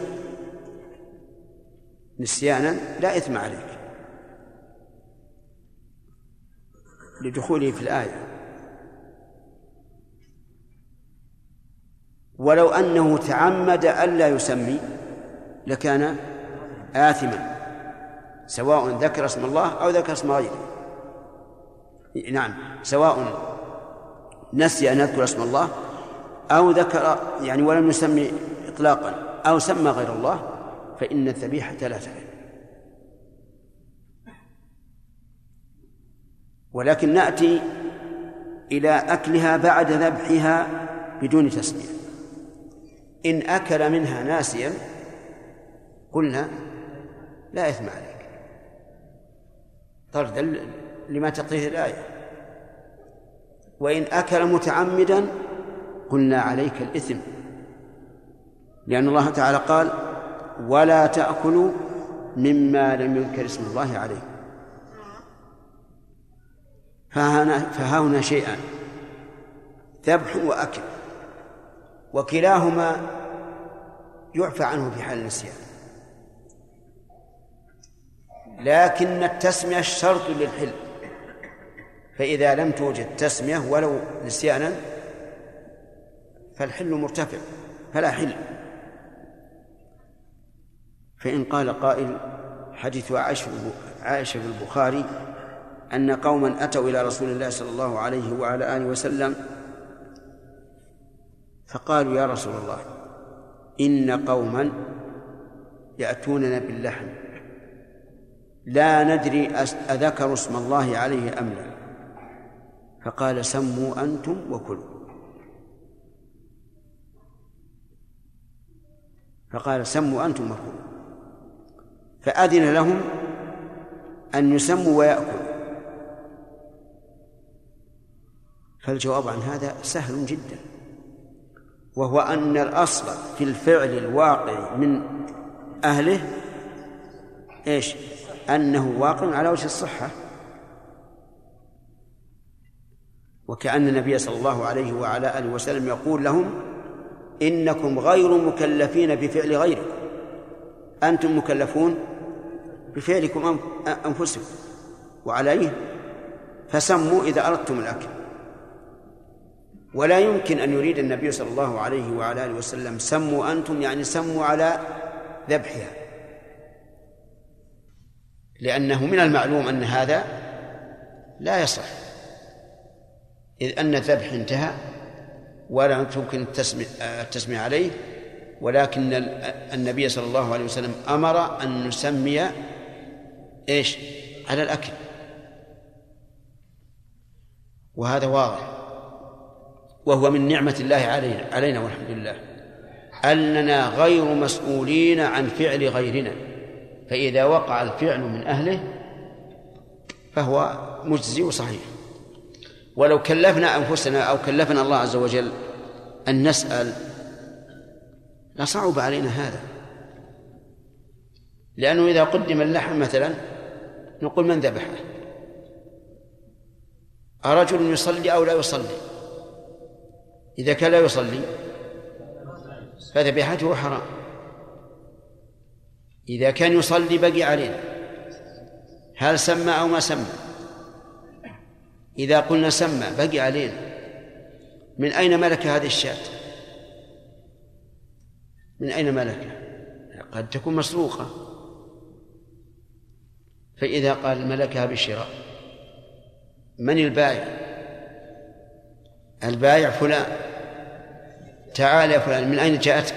نسيانا لا إثم عليك لدخوله في الآية. ولو أنه تعمد ألا يسمي لكان آثما، سواء ذكر اسم الله أو ذكر اسم غيره. نعم، سواء نسي أن يذكر اسم الله أو ذكر ولم يسمي إطلاقا أو سمى غير الله فإن الذبيحة لا تحل. ولكن نأتي إلى أكلها بعد ذبحها بدون تسمية. إن أكل منها ناسيا قلنا لا إثم عليك طردا لما تقتضيه الآية، وإن أكل متعمدا قلنا عليك الإثم، لأن الله تعالى قال ولا تأكلوا مما لم يذكر اسم الله عليه. فهنا شيئان، ذبح وأكل، وكلاهما يعفى عنه في حال النسيان، لكن التسمية شرط للحل، فإذا لم توجد تسمية ولو نسيانا فالحل مرتفع فلا حل. فإن قال قائل حديث عائشة في البخاري أن قوما أتوا إلى رسول الله صلى الله عليه وعلى آله وسلم فقالوا يا رسول الله إن قوما يأتوننا باللحم لا ندري أذكروا اسم الله عليه أم لا، فقال سموا أنتم وكلوا، فقال سموا أنتم وكلوا، فأذن لهم أن يسموا ويأكلوا. فالجواب عن هذا سهل جدا، وهو أن الأصل في الفعل الواقع من أهله إيش؟ أنه واقع على وجه الصحة، وكأن النبي صلى الله عليه وعلى آله وسلم يقول لهم إنكم غير مكلفين بفعل غيركم، أنتم مكلفون بفعلكم أنفسكم وعليه، فسموا إذا أردتم الأكل. ولا يمكن أن يريد النبي صلى الله عليه وعلى آله وسلم سموا أنتم يعني سموا على ذبحها، لأنه من المعلوم أن هذا لا يصح، إذ أن الذبح انتهى ولا يمكن التسمية عليه، ولكن النبي صلى الله عليه وسلم أمر أن نسمي إيش؟ على الأكل، وهذا واضح، وهو من نعمة الله علينا والحمد لله أننا غير مسؤولين عن فعل غيرنا، فإذا وقع الفعل من أهله فهو مجزي وصحيح. ولو كلفنا أنفسنا أو كلفنا الله عز وجل أن نسأل لصعب علينا هذا، لأنه إذا قدم اللحم مثلا نقول من ذبحه؟ أرجل يصلي أو لا يصلي؟ إذا كان لا يصلي فذبيحته حرام، إذا كان يصلي بقي علينا هل سمى أو ما سمى؟ إذا قلنا سمى بقي علينا، من أين ملك هذه الشاة؟ من أين ملكها؟ قد تكون مسروقة، فإذا قال ملكها بالشراء من البائع؟ البائع فلان، تعال يا فلان من أين جاءتك؟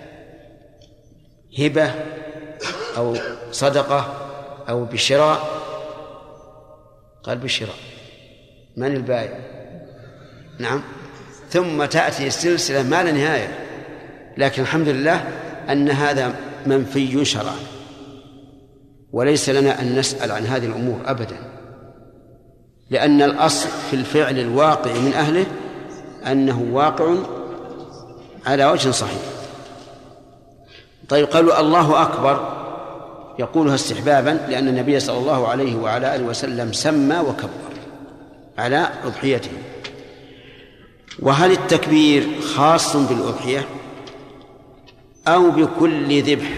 هبة أو صدقة أو بالشراء؟ قال بالشراء، من البائع؟ نعم، ثم تأتي السلسلة ما لا نهاية. لكن الحمد لله أن هذا منفي شرعا، وليس لنا أن نسأل عن هذه الأمور أبدا، لأن الأصل في الفعل الواقع من أهله أنه واقع على وجه صحيح. طيب قالوا الله أكبر يقولها استحبابا، لأن النبي صلى الله عليه وعلى آله وسلم سمى وكبر على أضحيته. وهل التكبير خاص بالأضحية أو بكل ذبح؟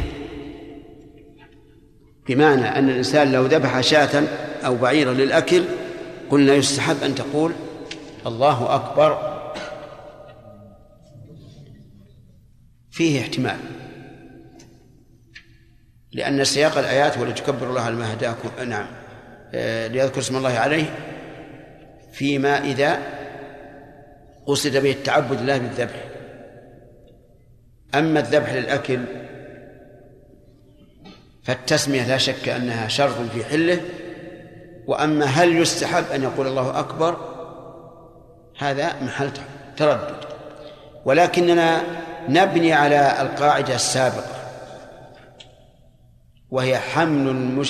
بمعنى أن الإنسان لو ذبح شاة أو بعيرا للأكل قلنا يستحب أن تقول الله أكبر، فيه احتمال، لأن سياق الآيات ولتكبروا الله على ما هداكم، نعم، ليذكر اسم الله عليه فيما إذا قصد به التعبد لله بالذبح، أما الذبح للأكل فالتسمية لا شك أنها شرط في حله، وأما هل يستحب أن يقول الله أكبر هذا محل تردد، ولكننا نبني على القاعدة السابقة وهي حمل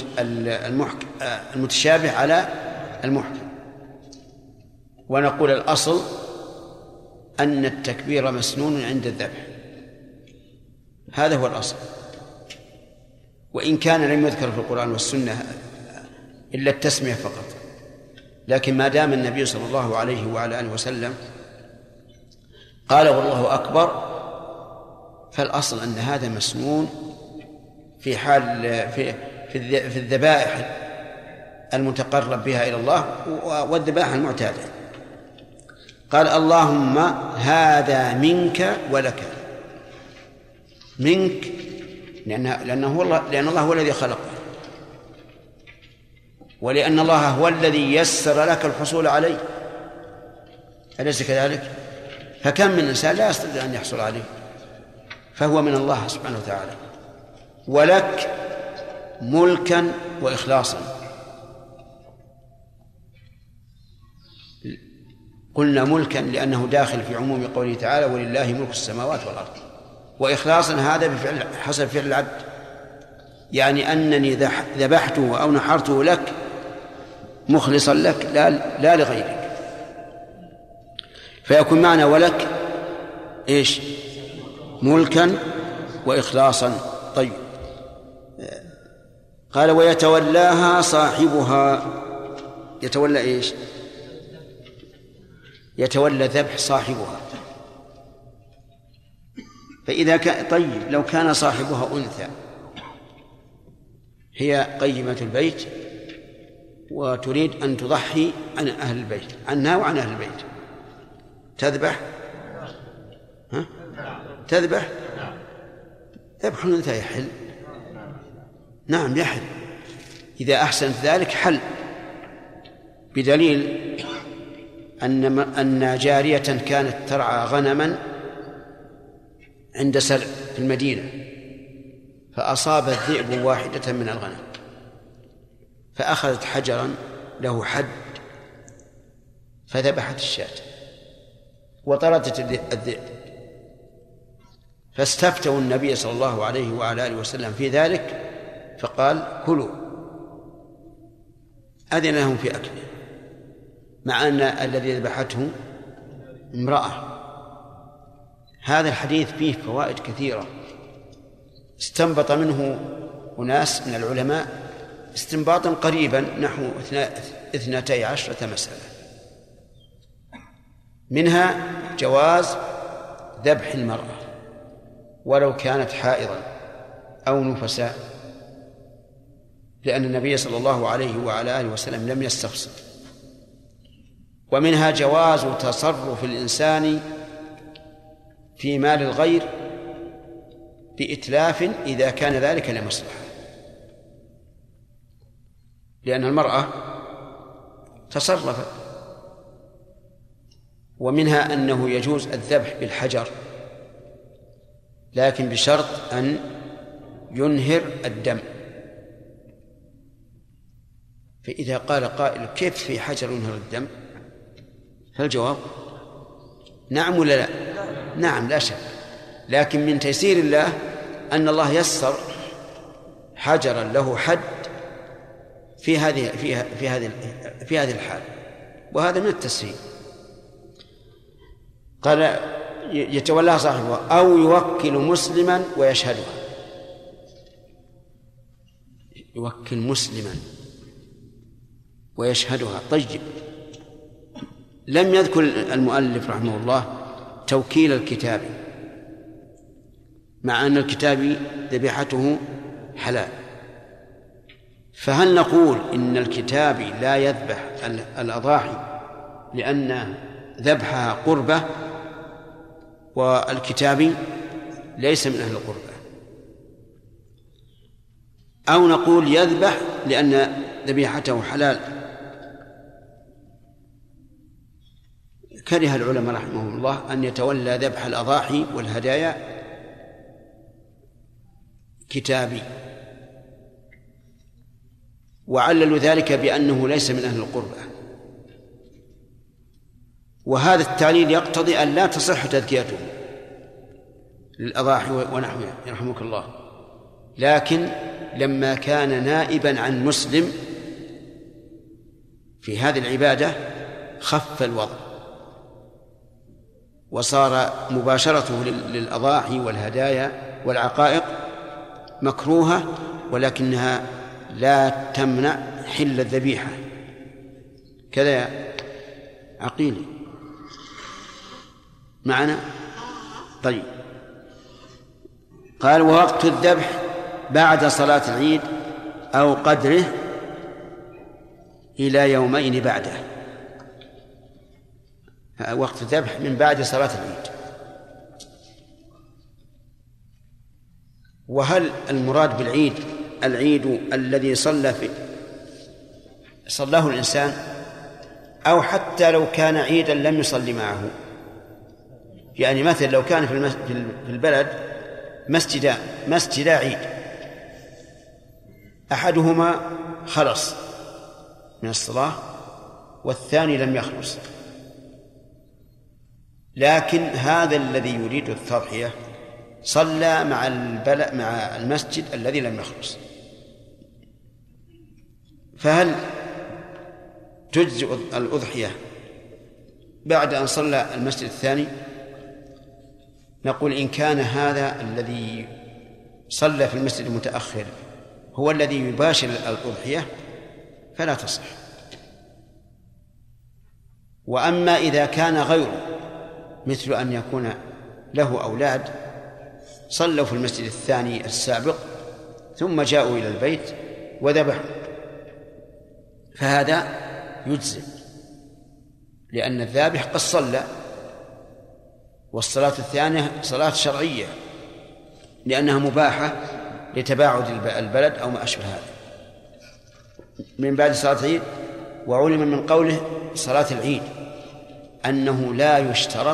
المتشابه على المحكم، ونقول الأصل أن التكبير مسنون عند الذبح، هذا هو الأصل، وإن كان لم يذكر في القرآن والسنة إلا التسمية فقط، لكن ما دام النبي صلى الله عليه وعلى آله وسلم قال والله أكبر فالأصل أن هذا مسنون في حال في الذبائح المتقرب بها إلى الله والذبائح المعتادة. قال اللهم هذا منك ولك، منك لأن الله هو الذي خلقه، ولأن الله هو الذي يسر لك الحصول عليه، أليس كذلك؟ فكم من إنسان لا يستطيع أن يحصل عليه، فهو من الله سبحانه وتعالى. ولك ملكا وإخلاصا، قلنا ملكا لأنه داخل في عموم قوله تعالى ولله ملك السماوات والأرض، وإخلاصا هذا بفعل حسب فعل العبد، يعني أنني ذبحته أو نحرته لك مخلصا لك لا لغيرك، فيكون معنى ولك إيش؟ ملكا وإخلاصا. طيب، قال ويتولاها صاحبها، يتولى إيش؟ يتولى ذبح صاحبها. فإذا كان طيب لو كان صاحبها أنثى هي قيمة البيت وتريد أن تضحي عن أهل البيت، عنها وعن أهل البيت، تذبح؟ تذبح؟ ذبح الأنثى يحل؟ نعم يحل إذا أحسنت ذلك حل، بدليل أن جارية كانت ترعى غنما عند سرع في المدينة، فأصاب الذئب واحدة من الغنم، فأخذت حجرا له حد فذبحت الشاة وطردت الذئب، فاستفتوا النبي صلى الله عليه وعلى آله وسلم في ذلك فقال كلوا، أذن لهم في أكله، مع أن الذي ذبحته امرأة. هذا الحديث فيه فوائد كثيرة استنبط منه أناس من العلماء استنباطا قريبا نحو 12 مسألة، منها جواز ذبح المرأة ولو كانت حائضا أو نفساء، لأن النبي صلى الله عليه وعلى آله وسلم لم يستفصل. ومنها جواز تصرف الإنسان في مال الغير بإتلاف إذا كان ذلك لمصلحة، لأن المرأة تصرفت. ومنها أنه يجوز الذبح بالحجر، لكن بشرط أن ينهر الدم. فإذا قال قائل كيف في حجر ينهر الدم؟ فالجواب نعم ولا لا؟ نعم لا شك، لكن من تيسير الله أن الله يسر حجرا له حد في هذه الحال، وهذا من التسهيل. قال يتولاها صاحبها أو يوكل مسلما ويشهدها، يوكل مسلما ويشهدها. طيب، لم يذكر المؤلف رحمه الله توكيل الكتاب، مع أن الكتاب ذبيحته حلال، فهل نقول إن الكتاب لا يذبح الأضاحي لأن ذبحها قربة والكتاب ليس من أهل القربة، أو نقول يذبح لأن ذبيحته حلال؟ كره العلماء رحمهم الله أن يتولى ذبح الأضاحي والهدايا كتابي، وعللوا ذلك بأنه ليس من أهل القربة، وهذا التعليل يقتضي أن لا تصح تذكيته للأضاحي ونحوها يرحمك الله. لكن لما كان نائبا عن مسلم في هذه العبادة خف الوضع، وصار مباشرته للأضاحي والهدايا والعقائق مكروهة، ولكنها لا تمنع حل الذبيحة. كذا يا عقيلي معنا؟ طيب. قال ووقت الذبح بعد صلاة العيد أو قدره إلى يومين بعده. وقت الذبح من بعد صلاة العيد. وهل المراد بالعيد العيد الذي صلاه الإنسان، أو حتى لو كان عيدا لم يصلي معه؟ يعني مثلا لو كان في البلد مسجد عيد، أحدهما خلص من الصلاة والثاني لم يخلص، لكن هذا الذي يريد التضحية صلى مع المسجد الذي لم يخلص، فهل تجزئ الأضحية بعد أن صلى المسجد الثاني؟ نقول إن كان هذا الذي صلى في المسجد المتأخر هو الذي يباشر الأضحية فلا تصح. وأما إذا كان غيره، مثل أن يكون له أولاد صلوا في المسجد الثاني السابق ثم جاءوا إلى البيت وذبحوا، فهذا يجزئ، لأن الذابح قد صلى، والصلاة الثانية صلاة شرعية لأنها مباحة لتباعد البلد أو ما أشبه هذا. من بعد صلاة العيد. وعلم من قوله صلاة العيد أنه لا يشترط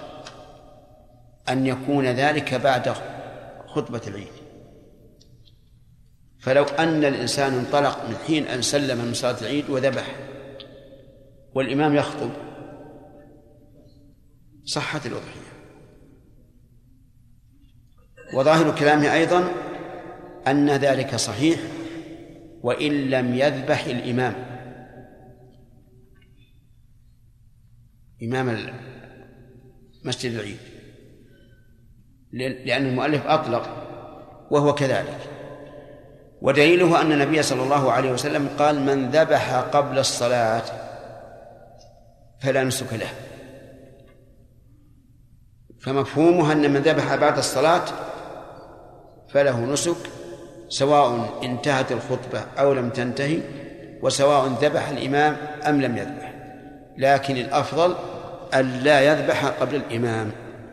أن يكون ذلك بعد خطبة العيد، فلو أن الإنسان انطلق من حين أن سلم من صلاة العيد وذبح والإمام يخطب صحت الأضحية. وظاهر كلامه أيضا أن ذلك صحيح وإن لم يذبح الإمام، إمام مسجد العيد، لأن المؤلف أطلق وهو كذلك. ودليله أن النبي صلى الله عليه وسلم قال من ذبح قبل الصلاة فلا نسك له، فمفهومها أن من ذبح بعد الصلاة فله نسك، سواء انتهت الخطبة أو لم تنتهي، وسواء ذبح الإمام أم لم يذبح، لكن الأفضل أن لا يذبح قبل الإمام.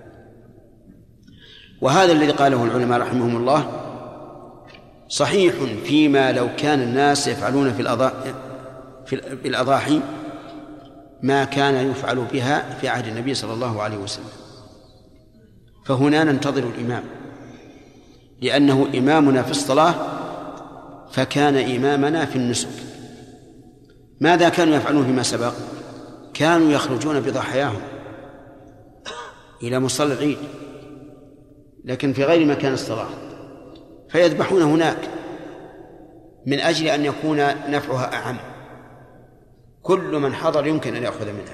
وهذا الذي قاله العلماء رحمهم الله صحيح فيما لو كان الناس يفعلون في الأضاحي ما كان يفعل بها في عهد النبي صلى الله عليه وسلم، فهنا ننتظر الإمام لأنه إمامنا في الصلاة فكان إمامنا في النسك. ماذا كانوا يفعلون فيما سبق؟ كانوا يخرجون بضحاياهم إلى مصلى العيد لكن في غير مكان الصلاة، فيذبحون هناك من أجل أن يكون نفعها أعم، كل من حضر يمكن أن يأخذ منها.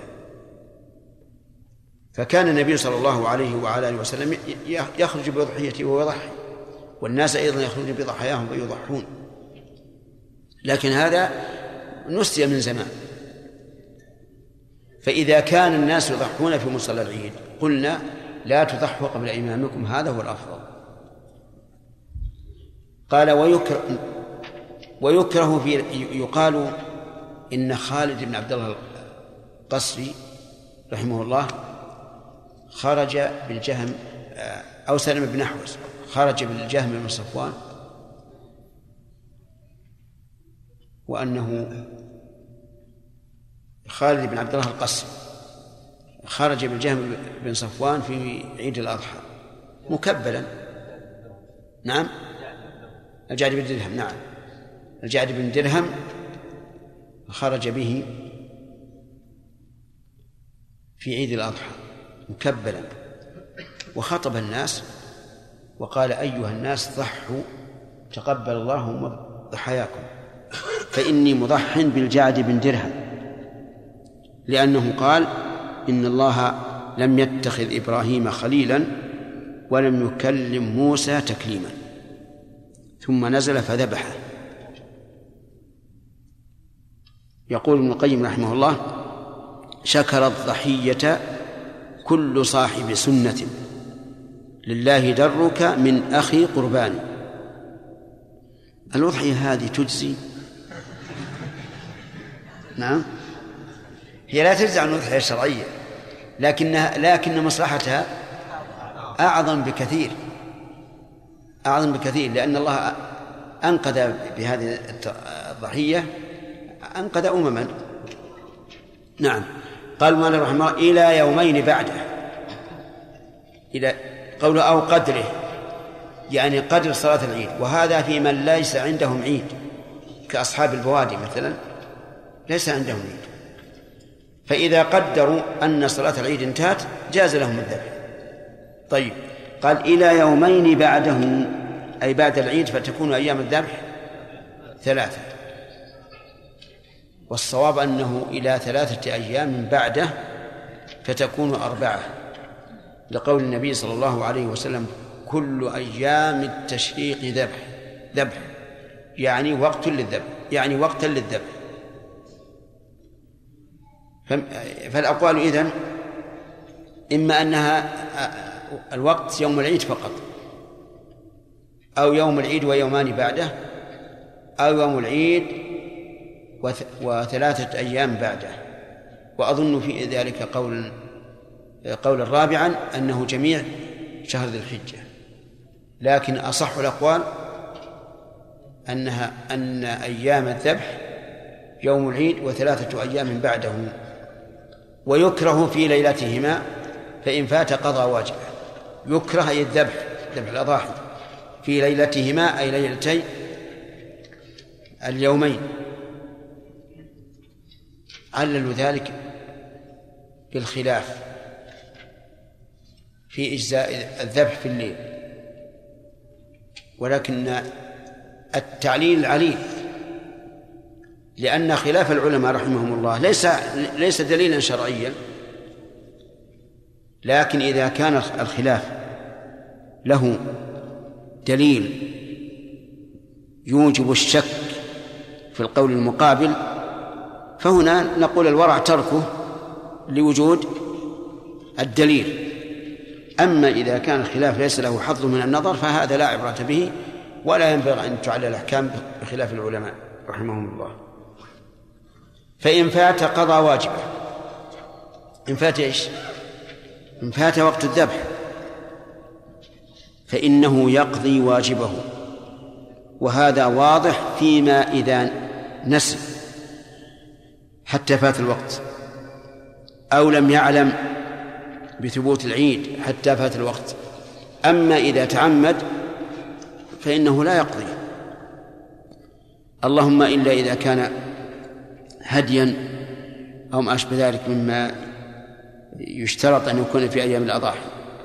فكان النبي صلى الله عليه وعلى آله وسلم يخرج بضحيته ويضحي، والناس أيضا يخرجون بضحاياهم ويضحون، لكن هذا نسي من زمان. فإذا كان الناس يضحون في مصلى العيد قلنا لا تضحوا قبل إمامكم، هذا هو الأفضل. قال ويكره في يقال إن خالد بن عبد الله القصري رحمه الله خرج بالجهم أو سلم بن أحوص خرج بالجهم من صفوان، وأنه خالد بن عبد الله القصري خرج بالجهم بن صفوان في عيد الأضحى مكبلا. نعم الجعد بن درهم، نعم، الجعد بن درهم خرج به في عيد الأضحى مكبلا وخطب الناس وقال: أيها الناس ضحوا تقبل الله ضحاياكم، فإني مضح بالجعد بن درهم، لأنه قال: إن الله لم يتخذ إبراهيم خليلا ولم يكلم موسى تكليما، ثم نزل فذبحه. يقول ابن القيم رحمه الله: شكر الضحية كل صاحب سنة، لله درك من أخي قربان. الأضحية هذه تجزي؟ نعم، هي لا تجزي عن الأضحية الشرعية، لكن مصلحتها أعظم بكثير، لأن الله أنقذ بهذه الضحية أنقذ أمما. نعم. قال مالك رحمه الله: إلى يومين بعده، إلى قوله أو قدره، يعني قدر صلاة العيد، وهذا في من ليس عندهم عيد كأصحاب البوادي مثلا، ليس عندهم عيد، فإذا قدروا أن صلاة العيد انتهت جاز لهم الذبح. طيب، قال إلى يومين بعده، أي بعد العيد، فتكون أيام الذبح 3، والصواب أنه إلى 3 أيام بعده فتكون 4، لقول النبي صلى الله عليه وسلم: كل أيام التشريق ذبح، يعني وقت للذبح، يعني وقتا للذبح. فالأقوال إذن إما أنها الوقت يوم العيد فقط، أو يوم العيد ويومان بعده، أو يوم العيد و3 أيام بعده. وأظن في ذلك قول رابعا أنه جميع شهر ذي الحجة، لكن أصح الأقوال أن أيام الذبح يوم العيد و3 أيام بعده. ويكره في ليلتهما، فإن فات قضى واجبه. يكره أي الذبح، ذبح الأضاحي، في ليلتهما أي ليلتي اليومين. عللوا ذلك بالخلاف في إجزاء الذبح في الليل، ولكن التعليل عليل، لأن خلاف العلماء رحمهم الله ليس دليلا شرعيا، لكن إذا كان الخلاف له دليل يوجب الشك في القول المقابل، فهنا نقول الورع تركه لوجود الدليل. أما إذا كان الخلاف ليس له حظ من النظر فهذا لا عبرة به، ولا ينبغي أن تعلل الأحكام بخلاف العلماء رحمهم الله. فإن فات قضى واجبه. إن فات إيش؟ إن فات وقت الذبح فإنه يقضي واجبه، وهذا واضح فيما إذا نسي حتى فات الوقت، أو لم يعلم بثبوت العيد حتى فات الوقت. أما إذا تعمد فإنه لا يقضي، اللهم إلا إذا كان هديا أو ما أشبه ذلك مما يشترط أن يكون في أيام الأضاحي.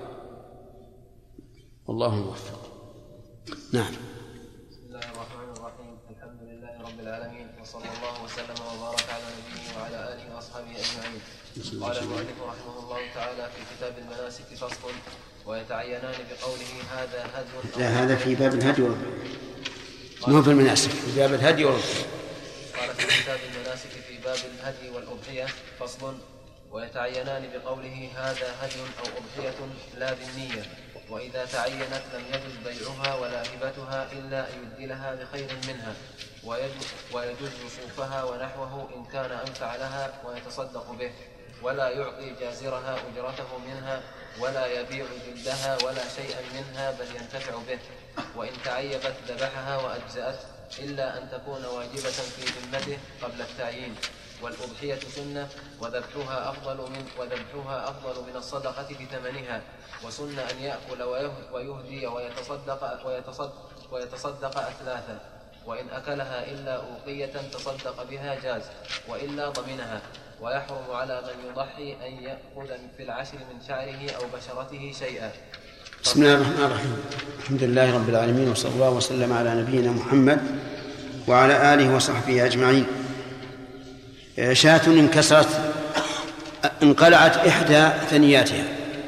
والله موفق. نعم. بسم الله الرحمن الرحيم. الحمد لله رب العالمين، وصلى الله وسلم وبارك على نبيه وعلى آله وأصحابه أجمعين. قال المؤلف رحمه الله تعالى في كتاب المناسك: فصل: ويتعينان بقوله هذا هدي. لا، هذا في باب الهدي مو في المناسك، في باب الهدي والأضحية. قال في كتاب المناسك في باب الهدي والأضحية: فصل: ويتعينان بقوله هذا هدي أو أضحية لا بالنية، وإذا تعينت لم يجوز بيعها ولا هبتها إلا أن يبدلها بخير منها، ويجوز صوفها ونحوه إن كان أنفع لها ويتصدق به، ولا يعطي جازرها أجرته منها، ولا يبيع جلدها ولا شيئا منها بل ينتفع به، وإن تعيبت ذبحها وأجزأت، إلا أن تكون واجبة في ذمته قبل التعيين. والأضحية سنة، وذبحها أفضل من الصدقة بثمنها، وسنة أن يأكل ويهدي ويتصدق أثلاثا، وإن أكلها إلا أوقية تصدق بها جاز، وإلا ضمنها. ويحرم على من يضحي أن يأخذ في العشر من شعره أو بشرته شيئا. بسم الله الرحمن الرحيم. الحمد لله رب العالمين، وصلى الله وسلم على نبينا محمد وعلى آله وصحبه أجمعين. شاة انكسرت انقلعت إحدى ثنياتها.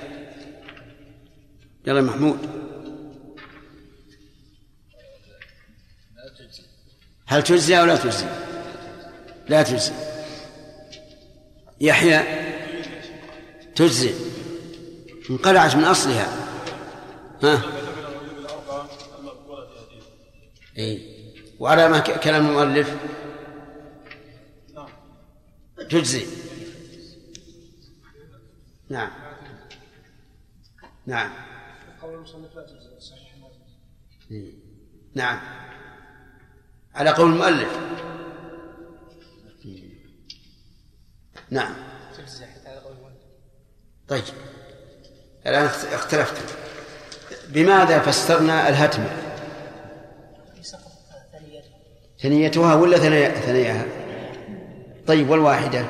يلا محمود. هل تجزي أو لا تجزي؟ لا تجزي. يحيى تجزي، انقلعت من أصلها. ها؟ وعلى ما كلام المؤلف تجزي. نعم نعم نعم على قول المؤلف. نعم. طيب الآن اختلفت. بماذا فسرنا الهتمة؟ ثنيتها ولا ثنيها؟ طيب والواحدة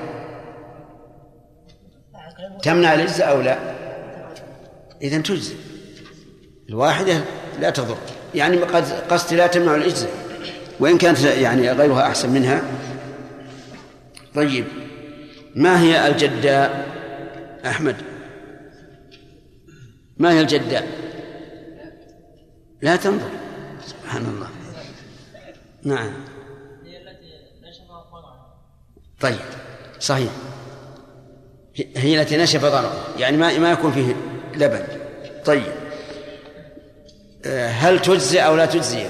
تمنع الإجزاء أو لا؟ إذن تجزي. الواحدة لا تضر، يعني قصد لا تمنع الإجزاء وإن كانت يعني غيرها أحسن منها. طيب ما هي الجداء أحمد؟ ما هي الجداء؟ لا تنظر. سبحان الله. نعم. طيب صحيح، هي التي نشف ضرعها، يعني ما يكون فيه لبن. طيب هل تجزي أو لا تجزي؟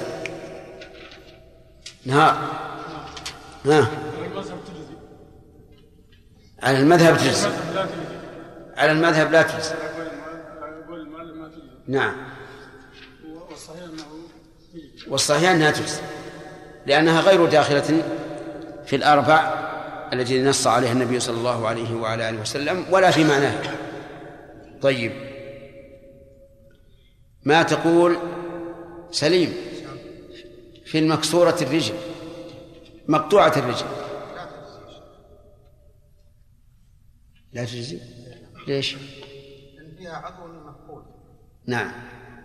نهار. على المذهب تجزي، على المذهب لا تجزي. نعم. والصحيح أنها تجزي لأنها غير داخلة في الأربع التي نص عليها النبي صلى الله عليه وعلى آله وسلم ولا في معناها. طيب ما تقول سليم في المكسورة الرجل مقطوعة الرجل؟ لا تجزي. ليش؟ لأن فيها عضو مفقود. نعم.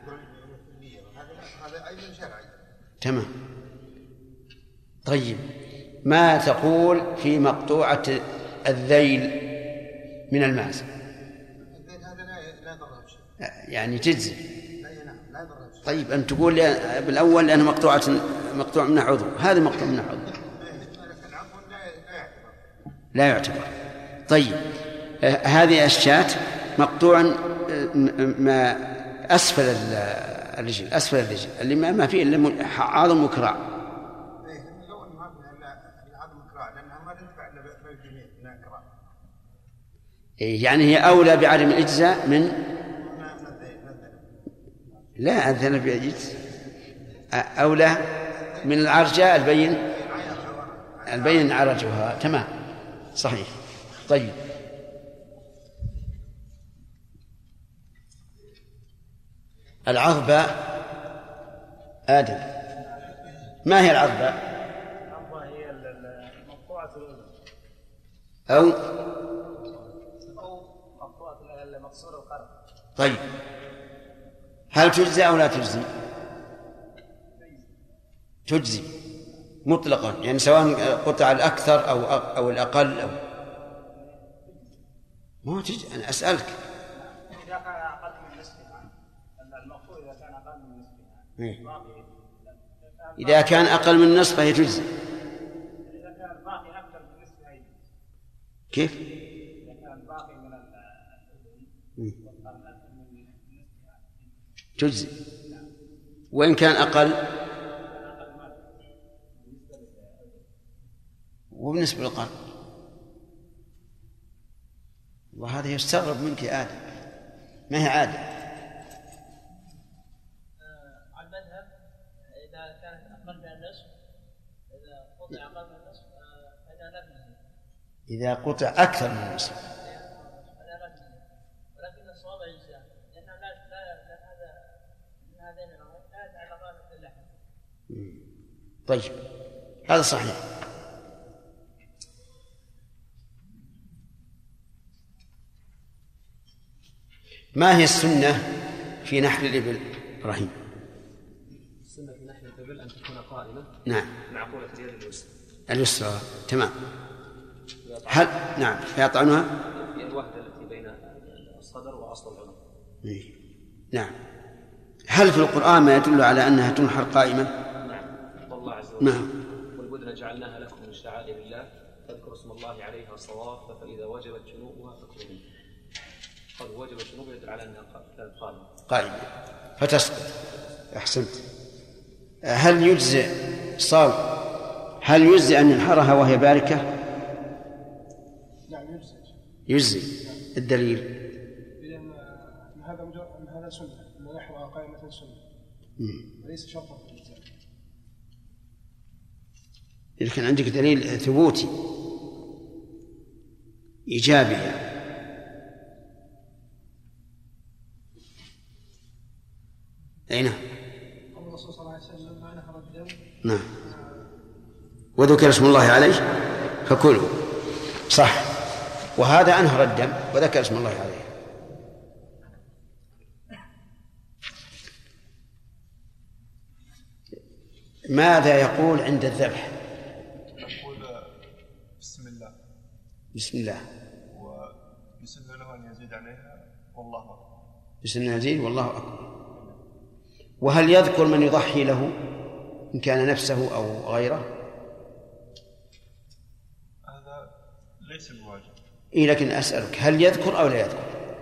هذا أيضا شرعي. تمام. طيب ما تقول في مقطوعة الذيل من الماس؟ الذيل هذا لا يضر بشيء، يعني تجزي. لا يضر بشيء. طيب أن تقول بالأول لأنه مقطوع منه عضو، هذا مقطوع منه عضو لا يعتبر. طيب هذه الشاة مقطوعا ما أسفل الرجل، أسفل الرجل اللي ما فيه إلا عظم وكراع. يعني هي أولى بعدم الإجزاء من لا الذنب يجز، أولى من العرجاء البين عرجها. تمام صحيح. طيب العظبة آدم، ما هي العظبة؟ هي مقطوعة الأذن أو مقطوعة مكسور القرن. طيب هل تجزي أو لا تجزي؟ تجزي مطلقا، يعني سواء قطع الأكثر أو الأقل أو ما تجزي. أنا أسألك إذا كان أقل من نصفها، المقطوع إذا كان أقل من نصفها. إذا كان أقل من نصف فهي تجزي. إذا كان الباقي أكثر من نصفها كيف؟ إذا كان الباقي من تجزي، وإن كان أقل وبالنسبة للقلب. وهذا يستغرب منك يا آدم، ما هي عادة. على المذهب إذا كانت أقل من النصف، إذا قطع أقل من النصف فإنها لا تجزي. إذا قطع أكثر من النصف فإنها لا تجزي، ولكن الصواب إجزاء، لأن هذين لا يتعلقان باللحم. طيب هذا صحيح. ما هي السنة في نحر الإبل إبراهيم؟ السنة في نحر الإبل أن تكون قائمة نعم معقولة اليد اليسرى تمام. هل نعم فيطعنها في الوحدة التي بين الصدر وأصل العنق. نعم. هل في القرآن ما يدل على أنها تنحر قائمة؟ نعم. والله عز وجل نعم. والبدن جعلناها لكم من شعائر الله فاذكروا اسم الله عليها صواف فإذا وجبت جنوبها فكلوا منها. قد وجبت جنوبها يدل على أنها كانت قائمة فتسقط. أحسنت. هل يجزئ صوم؟ هل يجزئ أن ينحرها وهي باركة؟ نعم يجزئ. الدليل؟ لأن هذا سنة، أن نحرها قائمة سنة وليس شرطا في الإجزاء. لكن عندك دليل ثبوتي إيجابي يعني. أين؟ الرسول صلى الله عليه وسلم ما نهر الدم. نعم. وذكر اسم الله عليه فكلوا. صح. وهذا أنهر الدم وذكر اسم الله عليه. ماذا يقول عند الذبح؟ يقول بسم الله. بسم الله. ويسن له أن يزيد عليها والله أكبر. يسن يزيد والله أكبر. وهل يذكر من يضحي له إن كان نفسه أو غيره؟ هذا ليس بواجب. لكن أسألك هل يذكر أو لا يذكر؟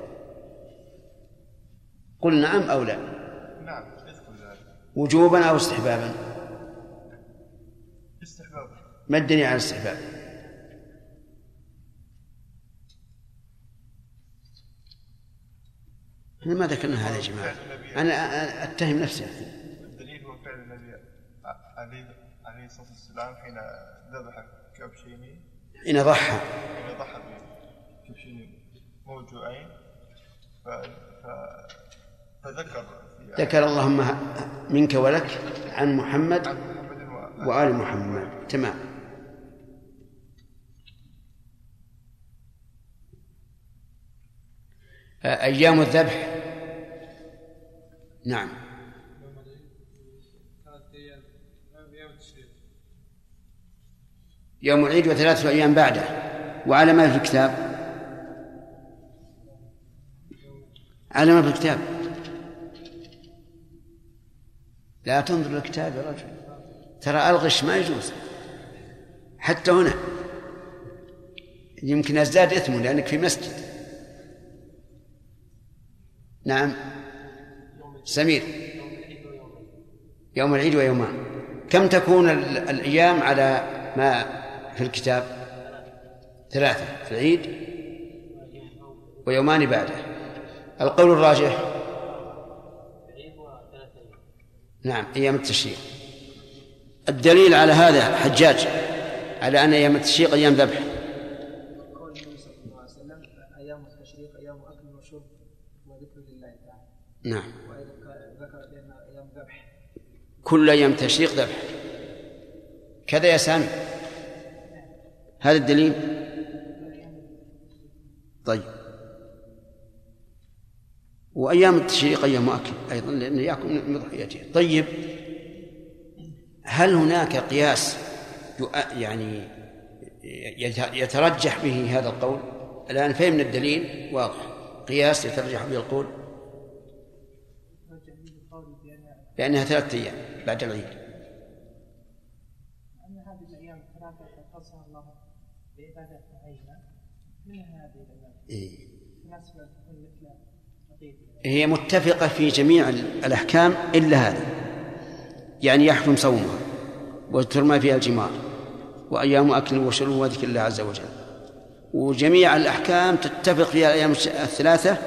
قل نعم أو لا. نعم يذكر ذلك. وجوبا أو استحبابا؟ استحبابا. ما الدليل على الاستحباب؟ احنا ما ذكرنا هذا يا جماعة. أنا أتهم نفسي. الدليل هو فعل النبي عليه الصلاة والسلام حين ذبح كبشين. حين ضحى بكبشين موجوعين ذكر اللهم منك ولك عن محمد وآل محمد. تمام. أيام الذبح. نعم. يوم العيد وثلاثة أيام بعده. وعلى ما في الكتاب؟ على ما في الكتاب. لا تنظر للكتاب يا رجل، ترى الغش ما يجوز حتى هنا. يمكن أزداد إثم لأنك في مسجد. نعم سمير. يوم العيد ويومان. كم تكون الأيام على ما في الكتاب؟ 3 في العيد ويومان بعده. القول الراجح نعم أيام التشريق. الدليل على هذا حجاج على أن أيام التشريق أيام ذبح. قول النبي صلى الله عليه وسلم أيام التشريق أيام أكل وشرب وذكر لله تعالى. نعم. وذكر بأن أيام ذبح. كل أيام التشريق ذبح كذا يا سامي. هذا الدليل. طيب. وأيام التشريق أيام أكل أيضا لأنه يأكل من ضحيته. طيب هل هناك قياس يعني يترجح به هذا القول؟ الآن فهمنا الدليل واضح. قياس يترجح به القول لأنها 3 أيام بعد العيد. أن هذه الأيام 3 خصها الله بعبادات معينة من هذه الأيام. هي متفقة في جميع الأحكام إلا هذا، يعني يحرم صومها وترمى فيها الجمار وأيام أكل وشرب وذكر الله عز وجل، وجميع الأحكام تتفق فيها الأيام 3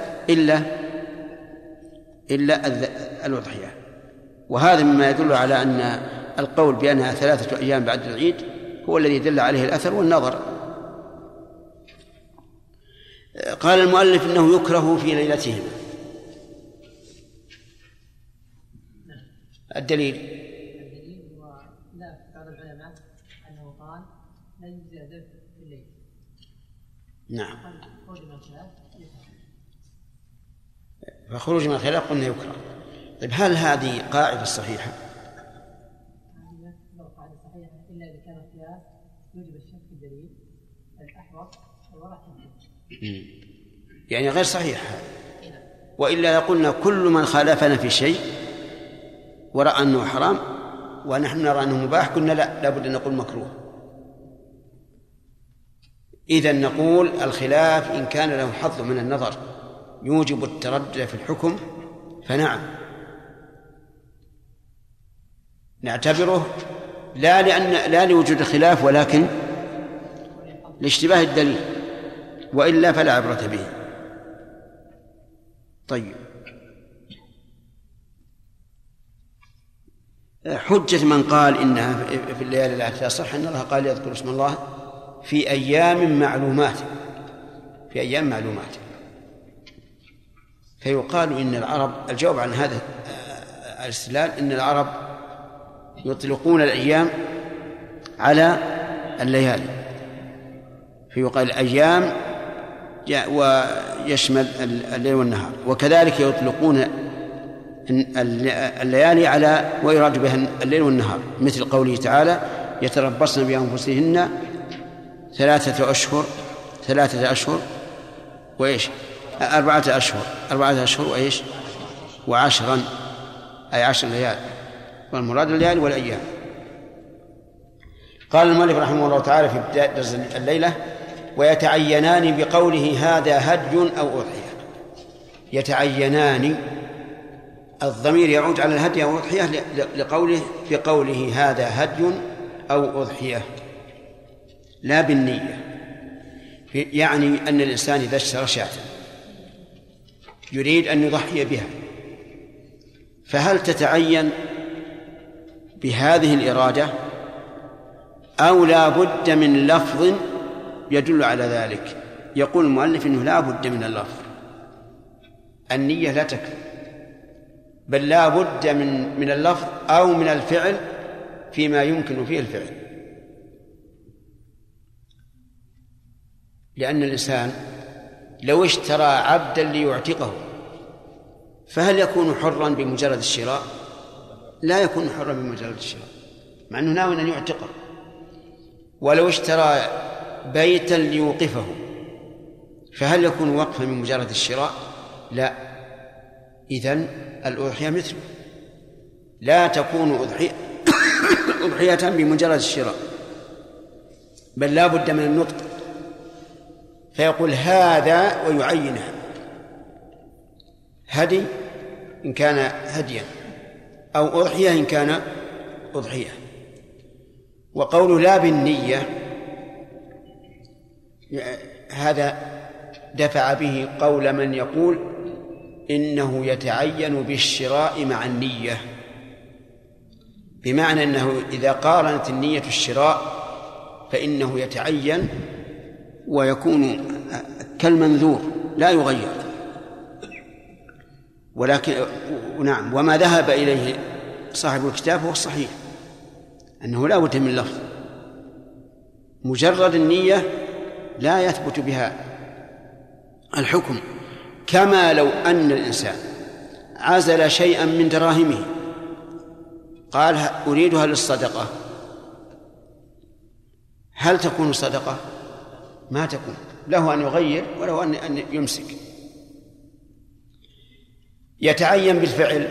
إلا الأضحية. وهذا مما يدل على أن القول بأنها 3 أيام بعد العيد هو الذي دل عليه الأثر والنظر. قال المؤلف إنه يكره في ليلتهم. الدليل بعض العلماء أنه قال لا يجزي الذبح في الليل. نعم. خروج من الخلاف فخروج من الخلاف قلنا يكره. طيب هل هذه قاعدة صحيحة؟ قاعدة صحيحة إلا إذا كان القياس يوجب الشك في الدليل الأحوط الورع يعني غير صحيحة. وإلا قلنا كل من خالفنا في شيء ورأى أنه حرام ونحن نرى أنه مباح قلنا لا، لابد أن نقول مكروه. إذن نقول الخلاف إن كان له حظ من النظر يوجب التردد في الحكم فنعم نعتبره لا لوجود الخلاف ولكن لاشتباه الدليل، وإلا فلا عبرة به. طيب حجة من قال إنها في الليالي التي تصح أن الله قال يذكر اسم الله في أيام معلومات، في أيام معلومات، فيقال إن العرب، الجواب عن هذا الاستدلال إن العرب يطلقون الأيام على الليالي، فيقال الأيام ويشمل الليل والنهار، وكذلك يطلقون الليالي على ويراد بها الليل والنهار، مثل قوله تعالى يتربصن بأنفسهن 3 أشهر وإيش 4 أشهر وإيش و10 أي 10 ليالي، والمراد الليالي والأيام. قال المؤلف رحمه الله تعالى في بداية درس الليلة ويتعينان بقوله هذا هدي أو أضحية. يتعينان الضمير يعود على الهدي أو أضحية لقوله بقوله هذا هدي أو أضحية لا بالنية. يعني أن الإنسان إذا اشترى شاة يريد أن يضحي بها، فهل تتعين بهذه الإرادة أو لا بد من لفظ يدل على ذلك؟ يقول المؤلف إنه لا بد من اللفظ، النية لا تكفي، بل لا بد من اللفظ أو من الفعل فيما يمكن فيه الفعل. لأن الإنسان لو اشترى عبدا ليعتقه فهل يكون حرا بمجرد الشراء؟ لا يكون حرا بمجرد الشراء، مع أنه ناوي أن يعتقه. ولو اشترى بيتا ليوقفه فهل يكون وقفا بمجرد الشراء؟ لا. إذن الأضحية مثله، لا تكون أضحية بمجرد الشراء، بل لا بد من النطق، فيقول هذا ويعينها هدي إن كان هديا أو أضحية إن كان أضحية. وقول لا بالنية هذا دفع به قول من يقول إنه يتعين بالشراء مع النية، بمعنى أنه إذا قارنت النية الشراء فإنه يتعين ويكون كالمنذور لا يغير. ولكن نعم، وما ذهب إليه صاحب الكتاب هو الصحيح أنه لا بد من لفظ، مجرد النية لا يثبت بها الحكم. كما لو أن الإنسان عزل شيئا من دراهمه قال أريدها للصدقة، هل تكون صدقة؟ ما تكون، له أن يغير وله أن يمسك. يتعين بالفعل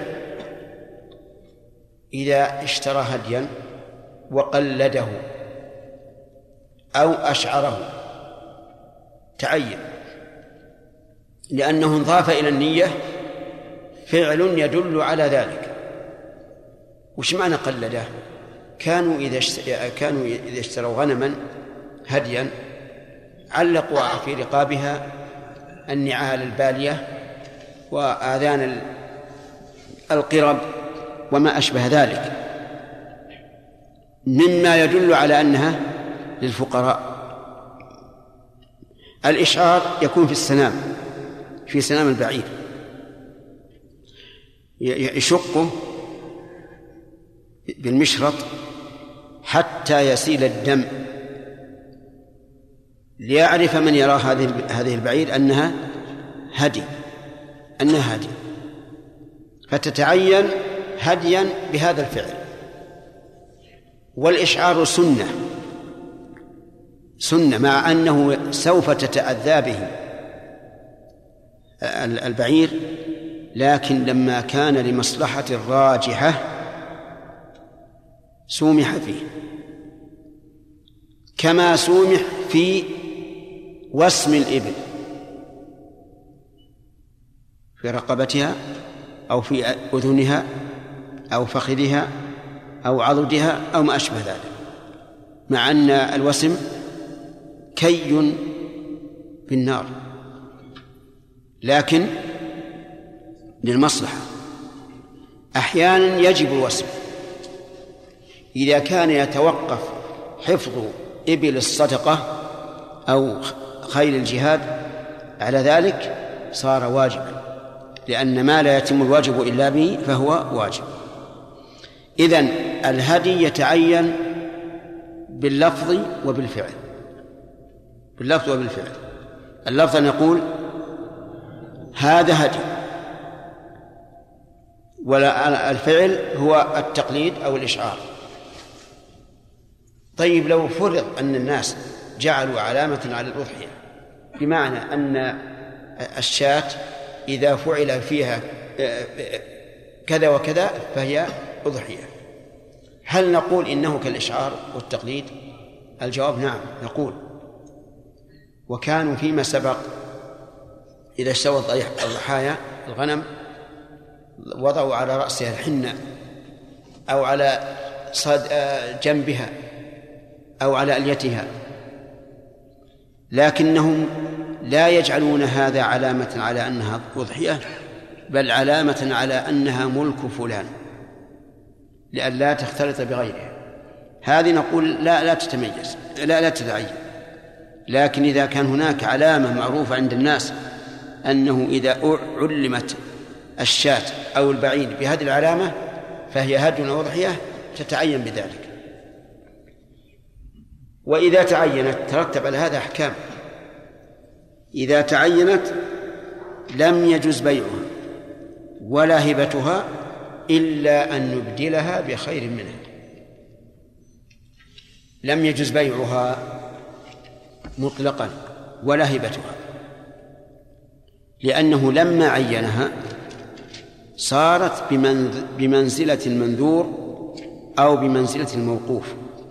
إذا اشترى هديا وقلده أو أشعره تعين، لأنه انضاف إلى النية فعل يدل على ذلك. وش معنى قلده؟ كانوا إذا اشتروا غنما هديا علقوا في رقابها النعال البالية وآذان القرب وما أشبه ذلك مما يدل على أنها للفقراء. الإشعار يكون في سنام البعير، يشقه بالمشرط حتى يسيل الدم ليعرف من يرى هذه البعير أنها هدي، فتتعين هديا بهذا الفعل. والإشعار سنة مع أنه سوف تتأذى به البعير، لكن لما كان لمصلحة راجحة سومح فيه، كما سومح في وسم الإبل في رقبتها أو في أذنها أو فخذها أو عضدها أو ما أشبه ذلك، مع أن الوسم كي بالنار، لكن للمصلحة. أحيانا يجب الوسم إذا كان يتوقف حفظ إبل الصدقة أو خيل الجهاد على ذلك صار واجبا، لأن ما لا يتم الواجب إلا به فهو واجب. إذن الهدي يتعين باللفظ وبالفعل. اللفظ نقول هذا هدي، والفعل هو التقليد أو الإشعار. طيب لو فرض أن الناس جعلوا علامة على الأضحية، بمعنى أن الشاة إذا فعل فيها كذا وكذا فهي أضحية، هل نقول إنه كالإشعار والتقليد؟ الجواب نعم نقول. وكانوا فيما سبق إذا اشتروا الضحايا الغنم وضعوا على رأسها الحنة أو على جنبها أو على أليتها، لكنهم لا يجعلون هذا علامة على أنها أضحية، بل علامة على أنها ملك فلان لئلا تختلط بغيرها. هذه نقول لا تتميز، لا تتعين. لكن إذا كان هناك علامة معروفة عند الناس أنه إذا علمت الشاة أو البعير بهذه العلامة فهي هدي أو أضحية تتعين بذلك. وإذا تعينت ترتب على هذا أحكام. إذا تعينت لم يجوز بيعها ولا هبتها إلا أن نبدلها بخير منها. لم يجوز بيعها مطلقا ولا هبتها، لأنه لما عينها صارت بمنزلة المنذور أو بمنزلة الموقوف،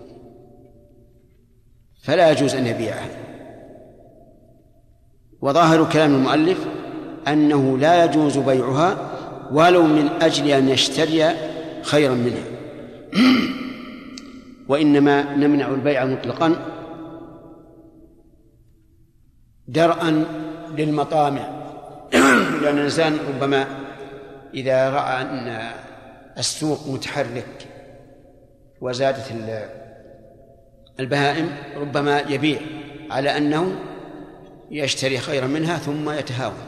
فلا يجوز أن يبيعها. وظاهر كلام المؤلف أنه لا يجوز بيعها ولو من أجل أن يشتري خيرا منها، وإنما نمنع البيع مطلقا درءا للمطامع. لأن الإنسان ربما إذا رأى أن السوق متحرك وزادت البهائم ربما يبيع على أنه يشتري خيرا منها ثم يتهاون.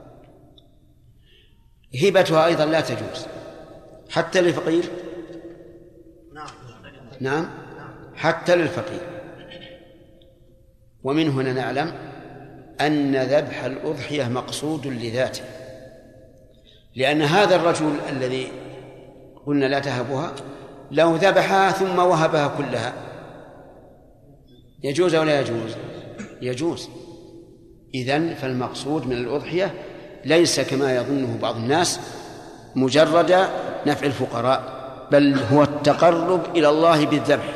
هبتها أيضا لا تجوز حتى للفقير. نعم حتى للفقير. ومن هنا نعلم أن ذبح الأضحية مقصود لذاته، لأن هذا الرجل الذي قلنا لا تهبها لو ذبحها ثم وهبها كلها يجوز أو لا يجوز؟ يجوز. إذن فالمقصود من الأضحية ليس كما يظنه بعض الناس مجرد نفع الفقراء، بل هو التقرب إلى الله بالذبح.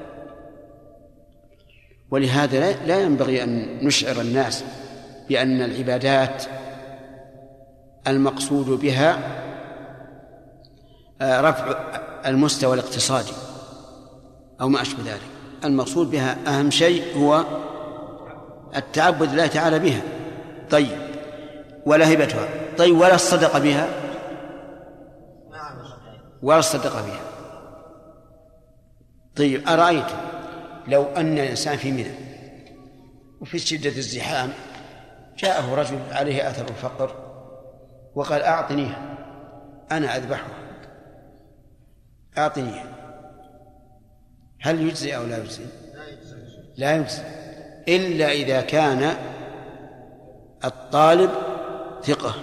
ولهذا لا ينبغي أن نشعر الناس بأن العبادات المقصود بها رفع المستوى الاقتصادي أو ما أشبه ذلك. المقصود بها أهم شيء هو التعبد لله تعالى بها. طيب ولا هبتها؟ طيب ولا الصدقة بها؟ ولا الصدقة بها. طيب أرأيتم لو أن الإنسان في منى وفي شدة الزحام جاءه رجل عليه أثر الفقر وقال أعطنيها أنا أذبحها، أعطنيها، هل يجزي أو لا يجزي؟ لا يجزي إلا إذا كان الطالب ثقة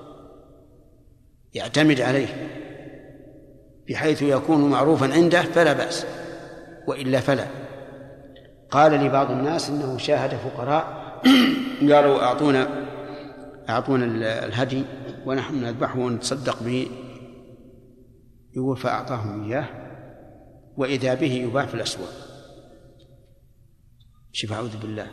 يعتمد عليه بحيث يكون معروفا عنده فلا بأس، وإلا فلا. قال لي بعض الناس إنه شاهد فقراء قالوا أعطونا الهدي ونحن نذبحه ونتصدق به، يقول فأعطاهم إياه وإذا به يباع في الأسواق. شوف أعوذ بالله،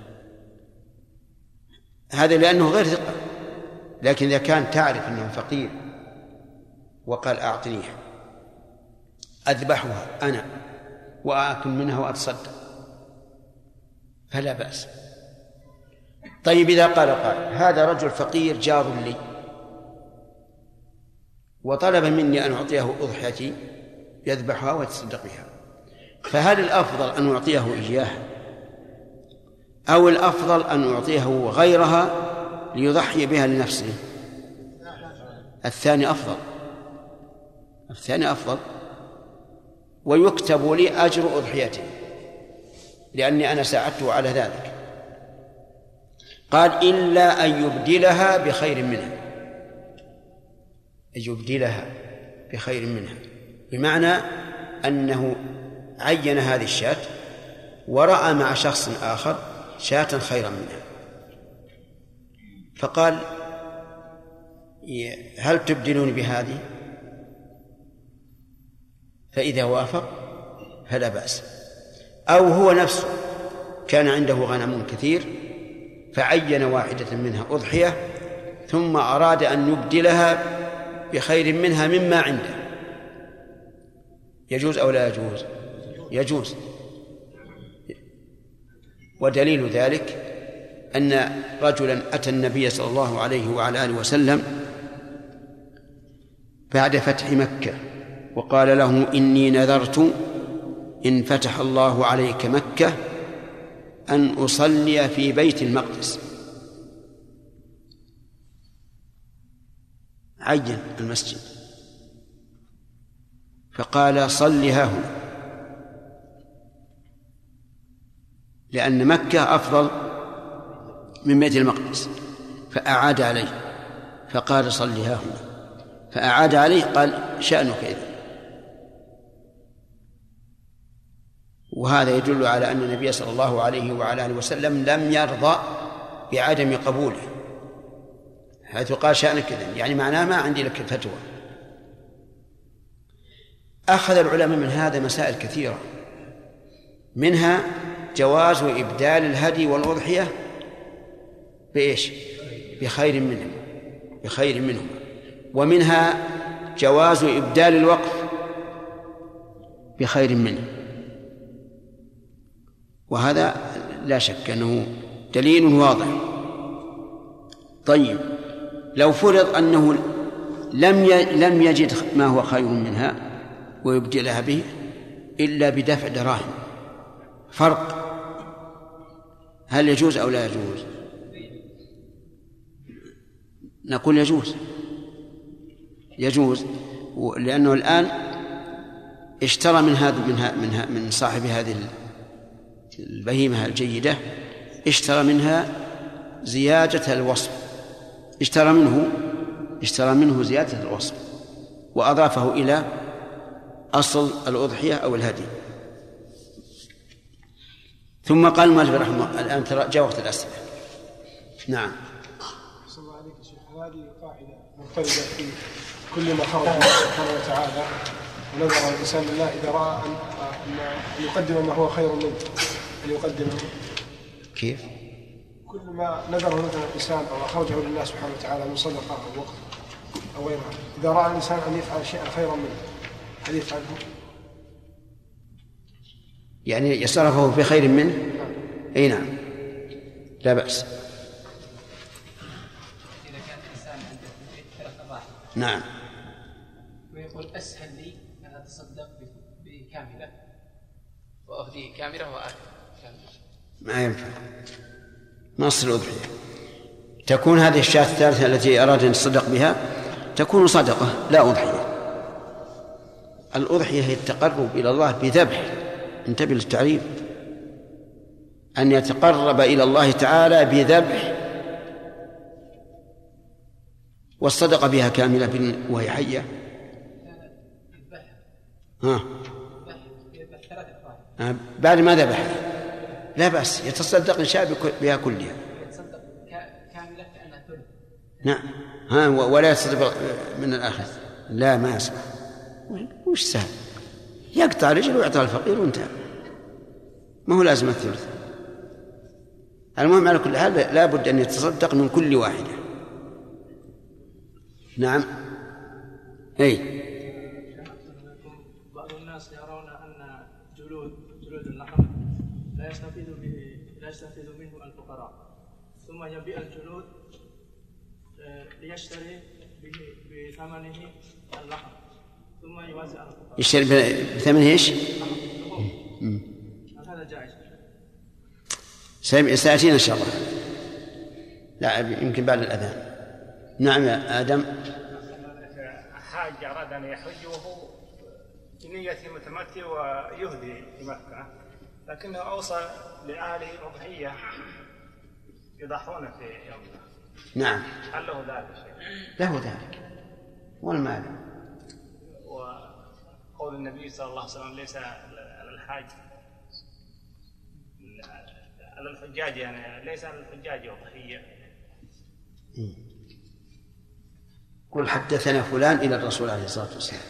هذا لأنه غير ثقة. لكن إذا كان تعرف أنه فقير وقال أعطنيها أذبحها أنا وآكل منها وأتصدق فلا بأس. طيب إذا قال هذا رجل فقير جار لي وطلب مني أن أعطيه أضحيتي يذبحها ويتصدق بها، فهل الأفضل أن أعطيه إياها أو الأفضل أن أعطيه غيرها ليضحي بها لنفسه؟ الثاني أفضل، الثاني أفضل، ويكتب لي أجر أضحيته لأني أنا ساعدته على ذلك. قال إلا أن يبدلها بخير منها، يبدلها بخير منها، بمعنى أنه عين هذه الشاة ورأى مع شخص آخر شاة خيرا منها، فقال هل تبدلون بهذه؟ فإذا وافق فلا بأس. أو هو نفسه كان عنده غنم كثير فعين واحدة منها أضحية ثم أراد أن يبدلها بخير منها مما عنده، يجوز أو لا يجوز؟ يجوز. ودليل ذلك أن رجلا أتى النبي صلى الله عليه وعلى آله وسلم بعد فتح مكة وقال له إني نذرت إن فتح الله عليك مكة أن أصلي في بيت المقدس. عين المسجد فقال صلها هنا، لأن مكة أفضل من بيت المقدس، فأعاد عليه فقال صلها هنا، فأعاد عليه قال شأنك إذن. وهذا يدل على أن النبي صلى الله عليه وعلى آله وسلم لم يرضى بعدم قبوله، حيث قال شأنك إذن، يعني معناه ما عندي لك فتوى. أخذ العلماء من هذا مسائل كثيرة، منها جواز إبدال الهدي والأضحية بإيش؟ بخير منهم، بخير منهم. ومنها جواز إبدال الوقف بخير منه، وهذا لا شك أنه دليل واضح. طيب لو فرض أنه لم يجد ما هو خير منها ويبدلها به إلا بدفع دراهم، فرق، هل يجوز أو لا يجوز؟ نقول يجوز، يجوز، لأنه الآن اشترى من صاحب هذه البهيمة الجيدة، اشترى منها زيادة الوصف، اشترى منه زيادة الوصف وأضافه إلى أصل الأضحية أو الهدي. ثم قال المؤلف رحمه الله، الآن ترى جاء وقت الأسئلة. نعم. صلى الله عليك يا شيخ، هذه قاعدة مضطردة في كل ما خرج الله سبحانه وتعالى ونظر الإنسان لله إذا رأى أن يقدم ما هو خير منه أن يقدمه. كيف؟ كل ما نذره مثلا الإنسان أو أخرجه لله سبحانه وتعالى من صدقة أو وقت أو غيرها، إذا رأى الإنسان أن يفعل شيئا خيرا منه هل يفعله؟ يعني يصرفه في خير منه؟ أي نعم، لا بأس. إذا كان الإنسان عنده في البيت 3 أضاحي نعم، ويقول أسهل لي أن أتصدق بكاملة وأهدي كاملة وآكل كاملة، ما ينفع، ما أصل الأضحية. تكون هذه الشاة الثالثة التي أراد أن يتصدق بها تكون صدقة لا أضحية. الأضحية هي التقرب إلى الله بذبح انتبه للتعريف، أن يتقرب إلى الله تعالى بذبح والصدقة بها كاملة وهي حية. بعد ما ذبح لا بأس يتصدق إن شاء بها كلها. يتصدق كاملة كأنها ثلث. نعم. ولا يتصدق من الآخر، لا ما يصح. وش سهل، يقطع رجل ويعطى الفقير وانتهى، ما هو لازم الثلث. المهم على كل حال لا بد أن يتصدق من كل واحدة. نعم. بعض الناس يرون أن جلود اللحم لا يستفيد منه الفقراء، ثم يبيع الجلود ليشتري بثمنه اللحم ثم يوزع على الفقراء. يشتري بثمنه ايش؟ هذا جائز؟ سيأتينا إن شاء الله، لا يمكن بعد الأذان. نعم يا آدم. حاج أراد أن يحج وهو بنية متمتع ويهدي في مكة، لكنه أوصى لأهله أضحية يضحون في يومنا. نعم. هل له ذلك شيء؟ له ذلك والمال. وقول النبي صلى الله عليه وسلم ليس على الحاج على الحجاج، يعني ليس على الحجاج أضحية. قل حدثنا فلان إلى الرسول عليه الصلاة والسلام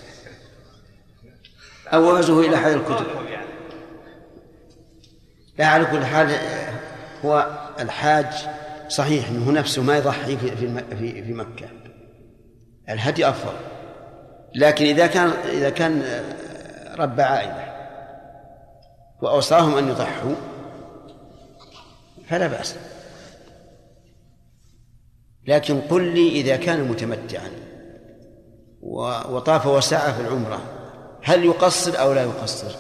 أو وزه إلى حال الكتب. لا على كل حال هو الحاج صحيح أنه نفسه ما يضحي في مكة، الهدي أفضل، لكن إذا كان رب عائلة وأوصاهم أن يضحوا فلا بأس. لكن قل لي إذا كان متمتعا وطاف وسعى في العمرة هل يقصر أو لا يقصر؟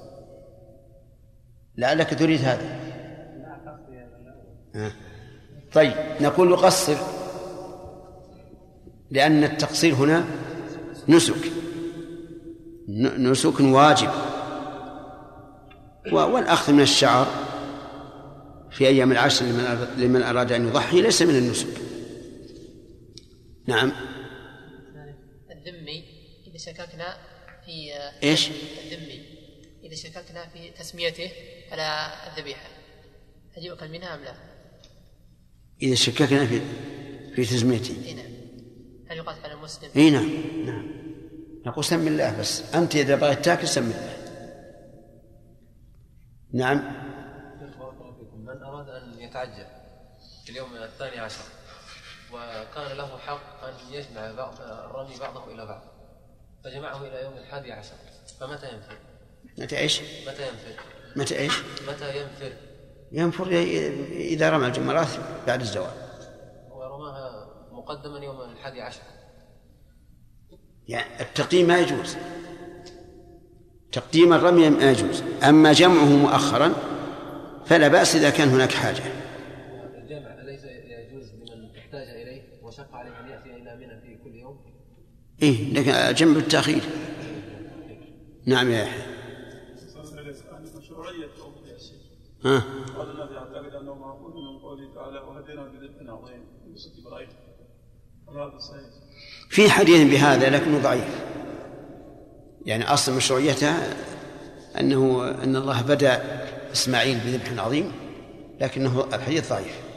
لعلك تريد هذا. طيب نقول يقصر، لأن التقصير هنا نسك واجب، والأخذ من الشعر في أيام العشر لمن أراد أن يضحي ليس من النسك. نعم. الذمي إذا شككنا في إيش؟ الذمي إذا شككنا في تسميته على الذبيحة هل يؤكل منها أم لا؟ إذا شككنا في تسميته نعم. هل يقاتل على المسلم؟ نعم. نقول سم الله، بس أنت إذا بغيت تاكل سم الله. نعم. من أراد أن يتعجل في اليوم 12 وكان له حق أن يجمع الرمي بعضه إلى بعض فجمعه إلى يوم 11 فمتى ينفر؟ متى ينفر إذا رمى الجمرات بعد الزوال. ورماها مقدما يوم 11. يعني التقديم ما يجوز، تقديم الرمي ما يجوز، أما جمعه مؤخرا فلا بأس إذا كان هناك حاجة. الجمع أليس يجوز لمن احتاج إليه وشق عليه أن يأتي إلى منى في كل يوم؟ لكن الجمع بالتأخير. نعم يا يحيى. مشروعية الأضحية قال الذي يعتقد أنه معقول من قوله تعالى وهدينا بذبح عظيم قصة إبراهيم، هذا صحيح؟ في حديث بهذا لكنه ضعيف، يعني أصل مشروعيتها أن الله بدأ إسماعيل بذبح عظيم، لكنه الحديث ضعيف.